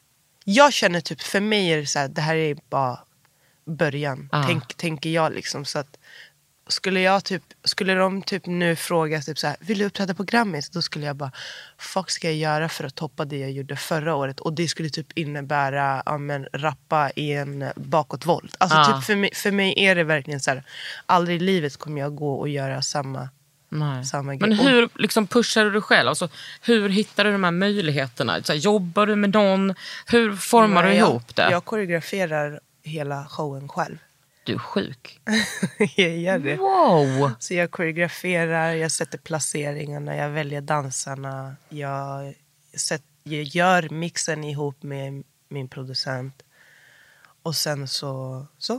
Jag känner typ, för mig är det så här, det här är bara början. Ah. Tänk, tänker jag liksom. Så att skulle jag typ, skulle de typ nu fråga typ så här, vill du uppträda på Grammys? Då skulle jag bara, fuck ska jag göra för att toppa det jag gjorde förra året? Och det skulle typ innebära, ja men, rappa i en bakåtvolt. Alltså ah. typ för mig, för mig är det verkligen så här, aldrig i livet kommer jag gå och göra samma... Nej. Men hur liksom pushar du dig själv? Alltså, hur hittar du de här möjligheterna? Så här, jobbar du med någon? Hur formar Nej, du ihop jag, det? Jag koreograferar hela showen själv. Du är sjuk. Jag gör det. Wow. Så jag koreograferar, jag sätter placeringarna, jag väljer dansarna. Jag, sätt, jag gör mixen ihop med min producent. Och sen så... Så,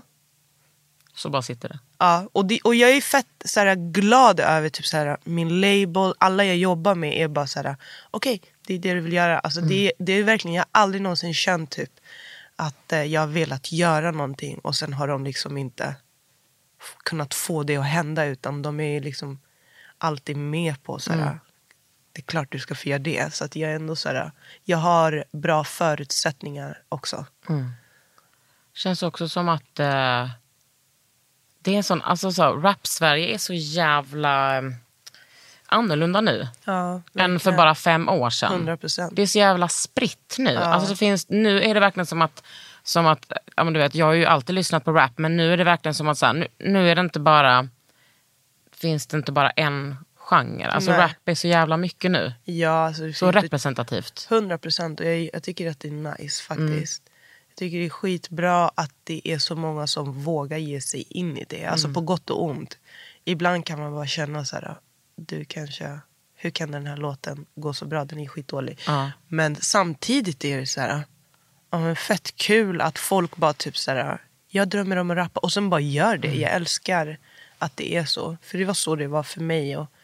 så bara sitter det. Ja, och, det, och jag är fett så här, glad över typ, så här, min label. Alla jag jobbar med är bara så här, okej, okay, det är det du vill göra. Alltså, mm. det, det är verkligen, jag har aldrig någonsin känt typ att eh, jag har velat göra någonting. Och sen har de liksom inte f- kunnat få det att hända. Utan de är liksom alltid med på så här, mm. det är klart du ska få göra det. Så att jag är ändå så här, jag har bra förutsättningar också. Mm. Känns också som att... Eh... Det är en sån, alltså så, rap-Sverige är så jävla annorlunda nu. Ja, än för bara fem år sedan. hundra procent. Det är så jävla spritt nu. Ja. Alltså det finns, nu är det verkligen som att, som att ja, men du vet, jag har ju alltid lyssnat på rap, men nu är det verkligen som att så här, nu, nu är det inte bara, finns det inte bara en genre. Alltså Nej. rap är så jävla mycket nu. Ja, alltså, Så representativt. hundra procent. Och jag, jag tycker att det är nice faktiskt. Mm. Jag tycker det är skitbra att det är så många som vågar ge sig in i det. Alltså mm. på gott och ont. Ibland kan man bara känna så här, du kanske, hur kan den här låten gå så bra? Den är skitdålig. Ja. Men samtidigt är det så här, ja, men fett kul att folk bara typ så här, jag drömmer om att rappa och sen bara gör det. Mm. Jag älskar att det är så. För det var så det var för mig. Och,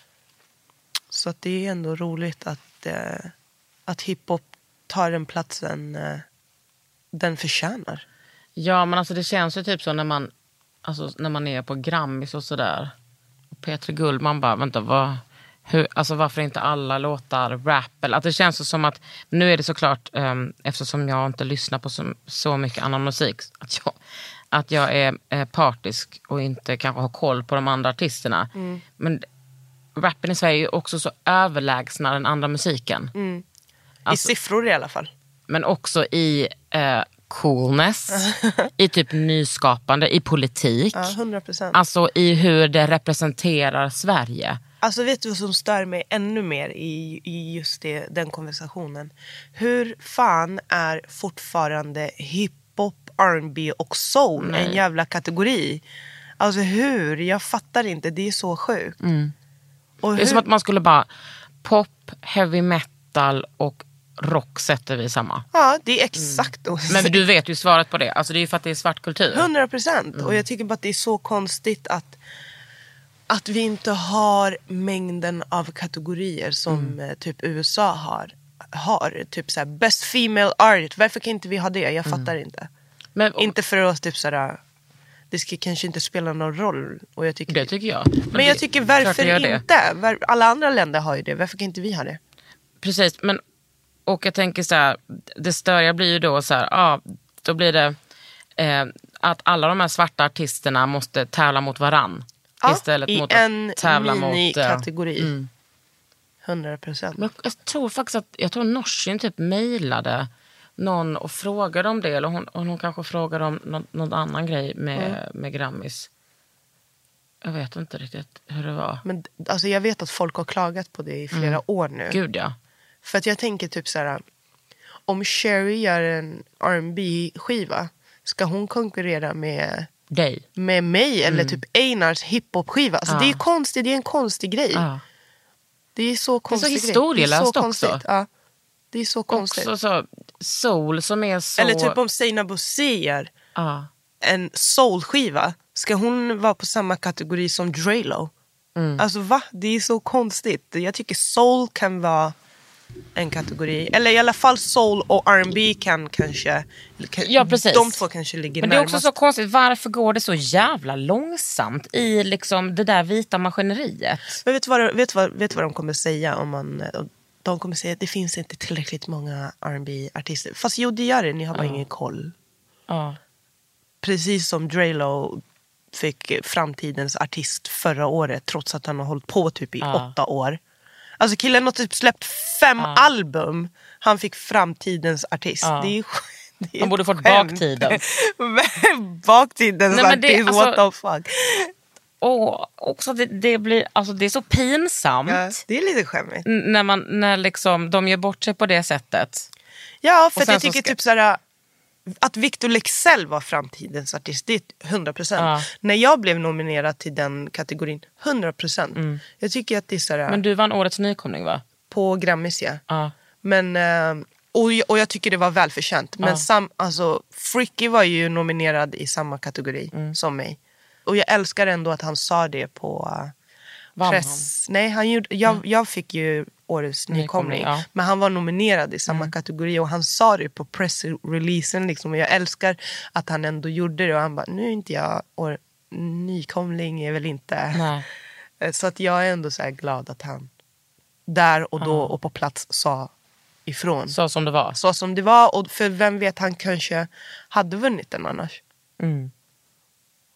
så att det är ändå roligt att, eh, att hiphop tar den platsen eh, den förtjänar. Ja, men alltså det känns ju typ så när man, alltså när man är på Grammis och sådär. Och Petri Guld, man bara, vänta, vad, hur, alltså varför inte alla låtar rap? Eller, att det känns så som att, nu är det såklart, um, eftersom jag inte lyssnar på så, så mycket annan musik, att jag, att jag är eh, partisk och inte kanske har koll på de andra artisterna. Mm. Men rappen i Sverige är ju också så överlägsna den andra musiken. Mm. Alltså, i siffror i alla fall. Men också i eh, coolness, i typ nyskapande, i politik. Ja, hundra procent. Alltså i hur det representerar Sverige. Alltså vet du vad som stör mig ännu mer i, i just det, den konversationen? Hur fan är fortfarande hiphop, R and B och soul Nej. en jävla kategori? Alltså hur? Jag fattar inte, det är så sjukt. Mm. Och det är hur? som att man skulle bara pop, heavy metal och rock sätter vi samma. Ja, det är exakt. Mm. Men du vet ju svaret på det. Alltså det är ju för att det är svart kultur. hundra procent. Mm. Och jag tycker bara att det är så konstigt att att vi inte har mängden av kategorier som mm. typ U S A har. Har typ så här best female art. Varför kan inte vi ha det? Jag fattar mm. inte. Men och, inte för oss typ så här, det ska kanske inte spela någon roll. Och jag tycker, det tycker jag. Men, men jag det, tycker varför inte? Var, alla andra länder har ju det. Varför kan inte vi ha det? Precis, men och jag tänker så här, det störiga blir ju då så här, ja, då blir det eh, att alla de här svarta artisterna måste tävla mot varann. Ja, istället i mot en att tävla mot minikategori. Mm. hundra procent. Men jag tror faktiskt att, jag tror Norsin typ mejlade någon och frågade om det. Eller hon, och hon kanske frågade om någon, någon annan grej med, mm. med Grammis. Jag vet inte riktigt hur det var. Men alltså jag vet att folk har klagat på det i flera mm. år nu. Gud ja. För att jag tänker typ så här, om Sherry gör en R and B-skiva, ska hon konkurrera med dig, med mig mm. eller typ Einars hiphop-skiva? Alltså ja. det är konstigt, det är en konstig grej. Ja. Det är så konstigt. Det är så historielöst också. Ja. Det är så konstigt. Också så soul som är så... Eller typ om Seina Bosé gör ja. en soul-skiva, ska hon vara på samma kategori som Drelo? Mm. Alltså va? Det är så konstigt. Jag tycker soul kan vara en kategori. Eller i alla fall soul och R and B kan kanske kan, ja, precis. De två kanske ligger men det är närmast. också så konstigt. Varför går det så jävla långsamt i liksom det där vita maskineriet? Men vet du vad, vet vad, vet vad de kommer säga om man... De kommer säga att det finns inte tillräckligt många R and B-artister. Fast jo, det gör det. Ni har bara ja. ingen koll. Ja. Precis som Drelo fick framtidens artist förra året, trots att han har hållit på typ i ja. åtta år. Alltså killen har typ släppt fem ja. album. Han fick framtidens artist. Ja. Det är, det är han borde fått baktiden. Baktidens Nej, artist, det, alltså, what the fuck. Och också det, det blir, alltså det är så pinsamt. Ja, det är lite skämmigt. När, man, när liksom, de gör bort sig på det sättet. Ja, för att jag så tycker ska... typ såhär, att Victor Leksell var framtidens artist, det är hundra procent. Ja. När jag blev nominerad till den kategorin, hundra procent. Mm. Jag tycker att det är såhär... Men du vann årets nykomling, va? På Grammis, ja. Ja. Men, och, och jag tycker det var välförtjänt. Men ja. sam, alltså, Fricky var ju nominerad i samma kategori mm. som mig. Och jag älskar ändå att han sa det på uh, press. Han? Nej, han gjorde, jag, mm. jag fick ju årets nykomling. Ja. Men han var nominerad i samma mm. kategori. Och han sa det på pressreleasen. Liksom, och jag älskar att han ändå gjorde det. Och han bara, nu är inte jag år, nykomling är väl inte. Nej. Så att jag är ändå så här glad att han där och då mm. och på plats sa ifrån. Så som det var. Så som det var. Och för vem vet, han kanske hade vunnit den annars. Mm.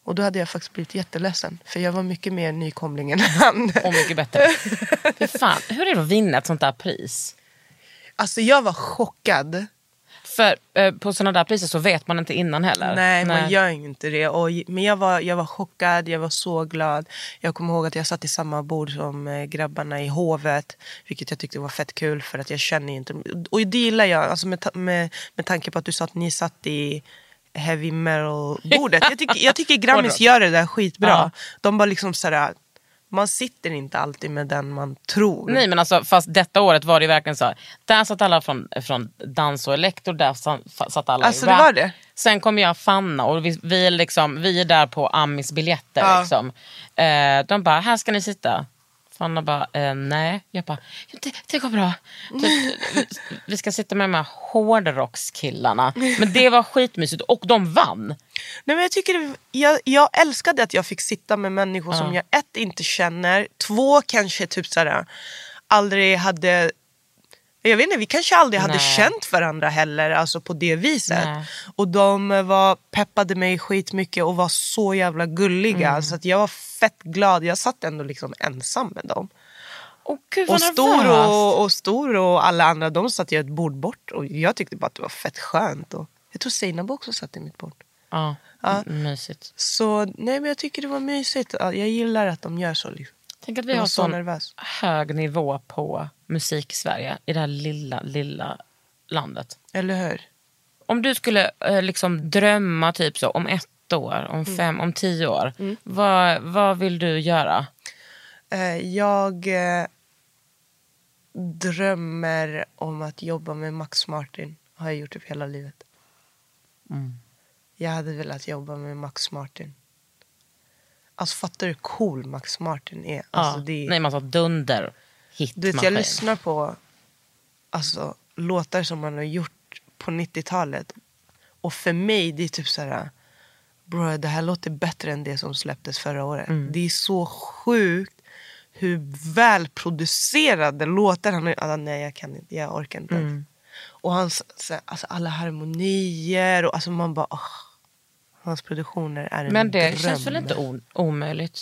Och då hade jag faktiskt blivit jätteledsen. För jag var mycket mer nykomling än han. Och mycket bättre. Fan, hur är det att vinna ett sånt där pris? Alltså jag var chockad. För eh, på sådana där priser så vet man inte innan heller. Nej, Nej. man gör inte det. Och, men jag var, jag var chockad, jag var så glad. Jag kommer ihåg att jag satt i samma bord som eh, grabbarna i hovet. Vilket jag tyckte var fett kul för att jag känner inte... Och det gillar jag, alltså med, med, med tanke på att du sa att ni satt i heavy metal-bordet. Jag tycker, jag tycker Grammis gör det där skitbra. Ja. De bara liksom sådär... Man sitter inte alltid med den man tror. Nej, men alltså, fast detta året var det verkligen så här. Där satt alla från, från dans och elektro. Där satt alla alltså, i rap. Det var det. Sen kom jag Fanna. Och vi, vi, är liksom, vi är där på Amis biljetter. Ja. Liksom. eh, De bara, här ska ni sitta. Fanna bara, eh, nej. Jag bara, det, det går bra. Typ, vi ska sitta med de här hårdrockskillarna. Men det var skitmysigt. Och de vann. Nej, men jag, tycker det, jag, jag älskade att jag fick sitta med människor ja. som jag ett inte känner. Två kanske typ sådär aldrig hade... Jag vet inte, vi kanske aldrig Nej. hade känt varandra heller. Alltså på det viset. Nej. Och de var, peppade mig skitmycket och var så jävla gulliga. Mm. Så att jag var fett glad. Jag satt ändå liksom ensam med dem. Oh, Gud, och, stor och, och Stor och alla andra, de satt ju ett bord bort. Och jag tyckte bara att det var fett skönt. Och jag tror Seinabo också satt i mitt bord. Ja, ja, mysigt. Så nej, men jag tycker det var mysigt. Jag gillar att de gör så. Tänk att vi har sån nervös. hög nivå på musik i Sverige. I det här lilla, lilla landet. Eller hur? Om du skulle eh, liksom drömma typ så om ett år, om fem, mm. om tio år. Mm. Vad, vad vill du göra? Eh, jag eh, drömmer om att jobba med Max Martin. Har jag gjort det hela livet. Mm. Jag hade velat jobba med Max Martin. Alltså fattar du hur cool Max Martin är? Alltså, ja. det är... Nej, man sa dunder. Du vet, jag lyssnar på alltså, låtar som man har gjort på nittiotalet. Och för mig, det är typ så här... Bro, det här låter bättre än det som släpptes förra året. Mm. Det är så sjukt hur välproducerade låtar han har. Alltså, nej, jag kan inte. Jag orkar inte. Mm. Och hans, alltså, alla harmonier. Och alltså man bara... Oh. Hans produktioner är en Men det dröm. Känns väl inte o- omöjligt?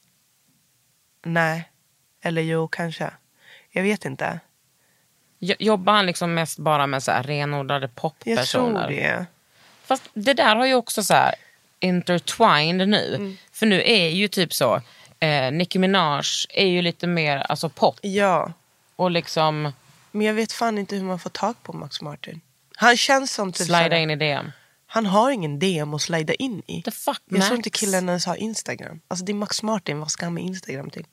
Nej. Eller jo, kanske. Jag vet inte. Jobbar han liksom mest bara med så här renodlade poppersoner? Jag tror det. Fast det där har ju också så här intertwined nu. Mm. För nu är ju typ så... Eh, Nicki Minaj är ju lite mer alltså pop. Ja. Och liksom... Men jag vet fan inte hur man får tag på Max Martin. Han känns som... Typ slida sådär. In i D M. Han har ingen D M att slida in i. The fuck, jag Max? tror inte killen ens har Instagram. Alltså det är Max Martin, vad ska han med Instagram till?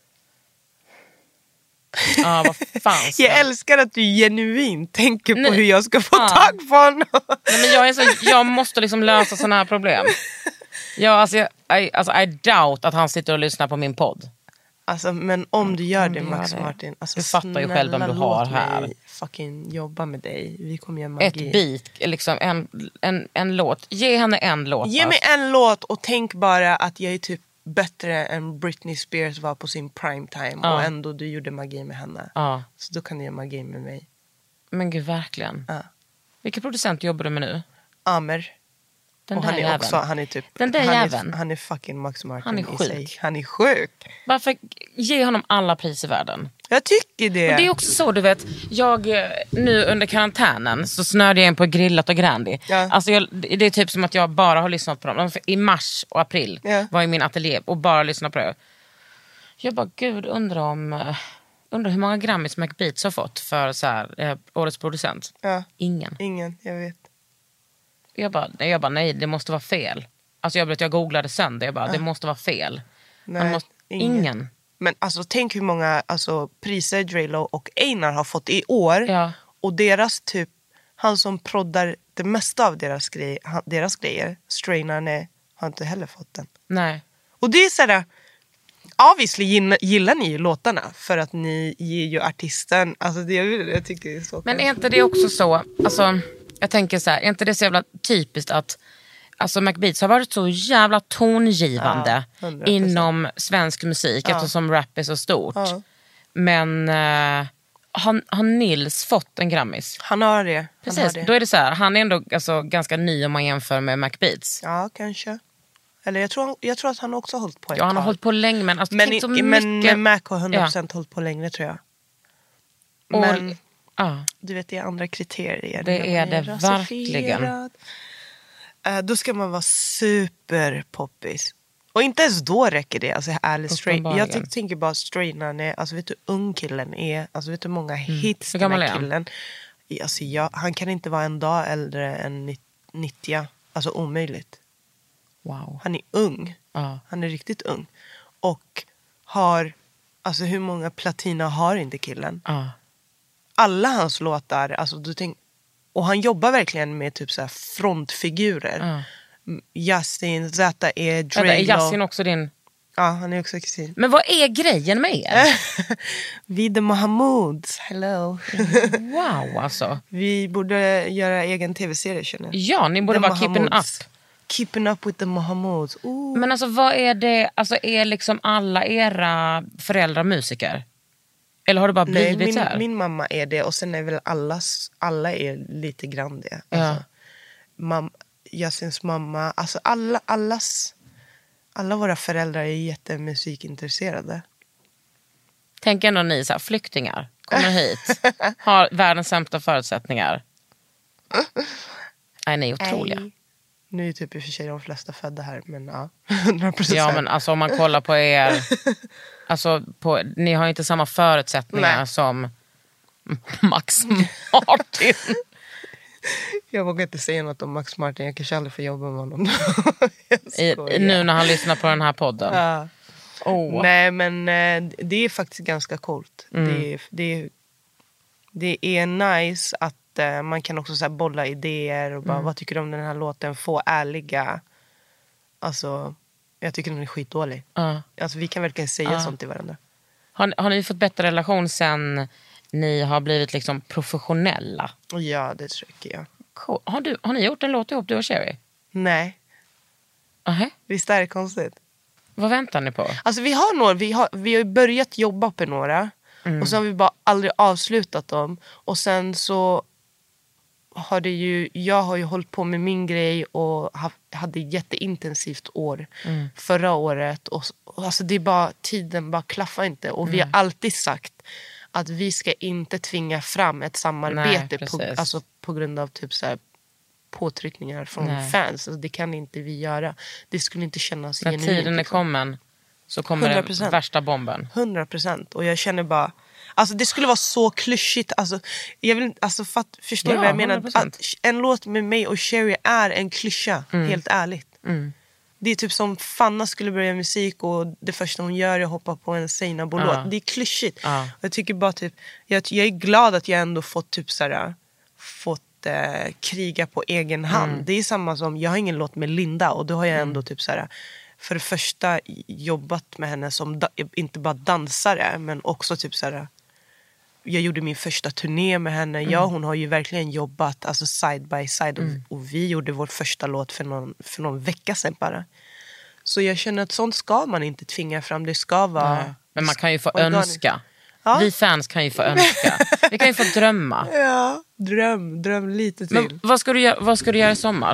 Ja, vad fan ska... Jag älskar att du genuint tänker på Nej. hur jag ska få ja. tag på honom. Nej, men jag, är så, jag måste liksom lösa såna här problem. Ja, alltså, jag, I, alltså, I doubt att han sitter och lyssnar på min podd. Alltså, men om du gör det, Max det. Martin. Alltså, du fattar ju själv vem du har här. Mig fucking jobba med dig. Vi kommer göra magi. Ett beat, liksom en, en, en låt. Ge henne en låt. Ge mig en låt och tänk bara att jag är typ bättre än Britney Spears var på sin prime time. Ja. Och ändå du gjorde magi med henne. Ja. Så då kan du göra magi med mig. Men gud, verkligen. Ja. Vilken producent jobbar du med nu? Amer. Den och där han är jäveln. också, han är typ, Den där han jäveln. Är, han är fucking Max Martin. Han är i sjuk. sig. Han är sjuk. Varför ge honom alla pris i världen? Jag tycker det. Och det är också så, du vet, jag nu under karantänen så snörde jag in på Grillat och Grandi. Ja. Alltså jag, det är typ som att jag bara har lyssnat på dem. I mars och april ja. var i min ateljé och bara lyssnat på det. Jag bara, gud, undrar om undrar hur många Grammys McBeats har fått för så här, eh, årets producent. Ja. Ingen. Ingen, jag vet. Jag bara, jag bara, nej, det måste vara fel. Alltså jag, jag googlade sönder, jag bara, ja. det måste vara fel. Nej, måste, ingen. ingen. Men alltså tänk hur många alltså, priser Drelo och Einar har fått i år. Ja. Och deras typ, han som proddar det mesta av deras, grej, deras grejer, Strainarne, har inte heller fått den. Nej. Och det är sådär, obviously gillar, gillar ni ju låtarna för att ni ger ju artisten, alltså det, jag tycker det är så. Men är inte det också så, alltså jag tänker så här, är inte det så jävla typiskt att alltså McBeats har varit så jävla tongivande ja, inom svensk musik ja. eftersom rap är så stort. Ja. Men uh, har, har Nils fått en Grammis? Han har det. Han Precis, har det. Då är det så här, han är ändå alltså, ganska ny om man jämför med McBeats. Ja, kanske. Eller jag tror, jag tror att han också har hållit på ett Ja, han har tag. hållit på länge. Men, alltså, men, så men, mycket... men Mac har hundra procent ja. hållit på längre, tror jag. Och, Men ja. du vet, det är andra kriterier. Det är det verkligen. Uh, då ska man vara super poppis. Och inte ens då räcker det. Alltså ärligt straight. Jag t- tänker bara straight när han är, alltså vet du hur ung killen är? Alltså vet du hur många hits mm. den här killen. Alltså jag, han kan inte vara en dag äldre än nittio. Alltså omöjligt. Wow. Han är ung. Uh. Han är riktigt ung. Och har, alltså hur många platina har inte killen? Uh. Alla hans låtar, alltså du tänk, och han jobbar verkligen med typ så här frontfigurer. Uh. Yasin, Zata E, Dre. Är Yasin också din? Ja, han är också kusin. Men vad är grejen med er? Vi the Mahamouds, hello. Wow, alltså. Vi borde göra egen tv-serie, känner jag. Ja, ni borde The vara keeping up. Keeping up with the Mahamouds. Ooh. Men alltså vad är det, alltså är liksom alla era föräldrar musiker? Eller har det bara blivit Nej, min, så här? min mamma är det, och sen är väl allas, alla är lite grann det. Ja. Alltså, mam, Yasins mamma, alltså alla, allas, alla våra föräldrar är jättemusikintresserade. Tänk ändå ni så här, flyktingar kommer hit, har världens sämsta förutsättningar. Nej, ni är otroliga. Aj. Nu är typ i och för sig de flesta födda här, men ja, hundra procent. Ja, men alltså om man kollar på er, alltså på, ni har inte samma förutsättningar Nej. som Max Martin. Jag vågar inte säga något om Max Martin, jag kanske aldrig får jobba med honom. I, nu när han lyssnar på den här podden. Ja. Oh. Nej, men det är faktiskt ganska coolt. Mm. Det, är, det, är, det är nice att uh, man kan också så här bolla idéer och bara, mm. vad tycker du om den här låten? Få ärliga, alltså jag tycker den är skitdålig. Uh. Alltså vi kan verkligen säga uh. sånt till varandra. Har, har ni fått bättre relation sen ni har blivit liksom professionella? Ja, det tycker jag. Cool. Har, du, har ni gjort en låt ihop, du och Sherry? Nej. Uh-huh. Visst är det konstigt? Vad väntar ni på? Alltså vi har några, vi har, vi har börjat jobba på några. Mm. Och så har vi bara aldrig avslutat dem. Och sen så har det ju, jag har ju hållit på med min grej och haft, hade jätteintensivt år mm. förra året. Och, och alltså det är bara, tiden bara klaffar inte. Och mm. vi har alltid sagt att vi ska inte tvinga fram ett samarbete. Nej, på, alltså på grund av typ så här påtryckningar från Nej. fans. Alltså det kan inte vi göra. Det skulle inte kännas när genuint. När tiden är liksom. kommen så kommer hundra procent. Den värsta bomben. hundra procent. Och jag känner bara, alltså det skulle vara så klyschigt. Alltså, jag vill, alltså fatt, förstår du ja, vad jag menar? Att en låt med mig och Sherry är en klyscha, mm. helt ärligt. Mm. Det är typ som Fanna skulle börja musik och det första hon gör är att hoppa på en Seinabo-låt. Ja. Det är klyschigt. Ja. Jag tycker bara typ, jag, jag är glad att jag ändå fått typ såhär, fått eh, kriga på egen hand. Mm. Det är samma som, jag har ingen låt med Linda och då har jag ändå mm. typ såhär, för det första jobbat med henne som da- inte bara dansare men också typ såhär, jag gjorde min första turné med henne. Mm. Ja, hon har ju verkligen jobbat alltså side by side mm. och, och vi gjorde vår första låt för någon, för någon vecka sedan bara. Så jag känner att sånt ska man inte tvinga fram. Det ska vara... Nej. Men man kan ju få organisk. önska. Ja? Vi fans kan ju få önska. Vi kan ju få drömma. Ja, dröm, dröm lite till. Men vad ska du göra, vad ska du göra i sommar?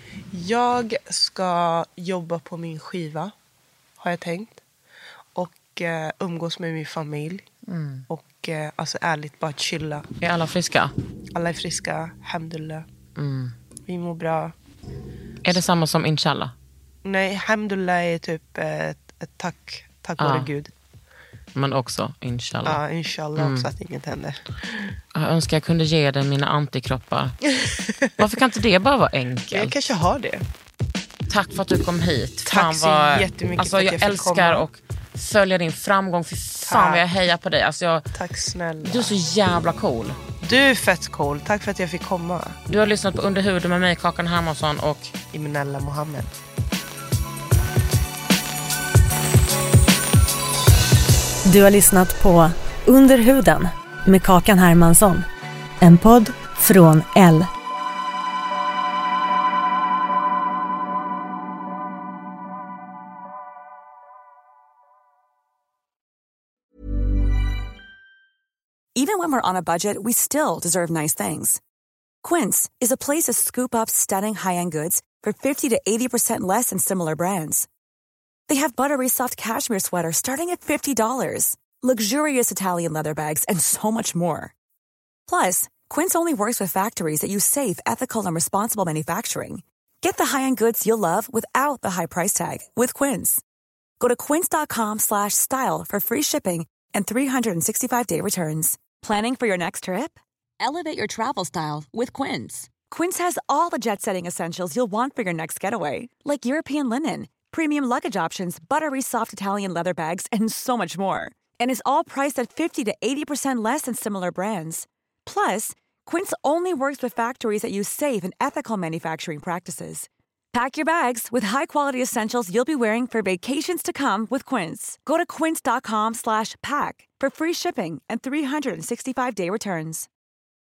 Jag ska jobba på min skiva, har jag tänkt. Och eh, umgås med min familj. Mm. Och eh, alltså ärligt bara chilla. Är alla friska? Alla är friska, alhamdulillah. Mm. Vi mår bra. Är det samma som inshallah? Nej, alhamdulillah är typ ett, ett tack, tack vare ah. Gud. Men också inshallah. Ja, inshallah mm. också att inget händer. Jag önskar jag kunde ge dig mina antikroppar. Varför kan inte det bara vara enkelt? Jag kanske har det. Tack för att du kom hit. Tack fan så vad, jättemycket alltså, för att jag, jag fick älskar komma. Och följa din framgång. För fan vad jag hejar på dig. Alltså jag, tack snälla. Du är så jävla cool. Du är fett cool. Tack för att jag fick komma. Du har lyssnat på Under huden med mig, Kakan Hermansson och Imenella Mohammed. Du har lyssnat på Under huden med Kakan Hermansson. En podd från L. Even when we're on a budget, we still deserve nice things. Quince is a place to scoop up stunning high-end goods for fifty to eighty percent less than similar brands. They have buttery soft cashmere sweaters starting at fifty dollars, luxurious Italian leather bags, and so much more. Plus, Quince only works with factories that use safe, ethical, and responsible manufacturing. Get the high-end goods you'll love without the high price tag with Quince. Go to quince.com slash style for free shipping and three sixty-five day returns. Planning for your next trip? Elevate your travel style with Quince. Quince has all the jet-setting essentials you'll want for your next getaway, like European linen, premium luggage options, buttery soft Italian leather bags, and so much more. And is all priced at fifty to eighty percent less than similar brands. Plus, Quince only works with factories that use safe and ethical manufacturing practices. Pack your bags with high-quality essentials you'll be wearing for vacations to come with Quince. Go to quince.com slash pack for free shipping and three sixty-five day returns.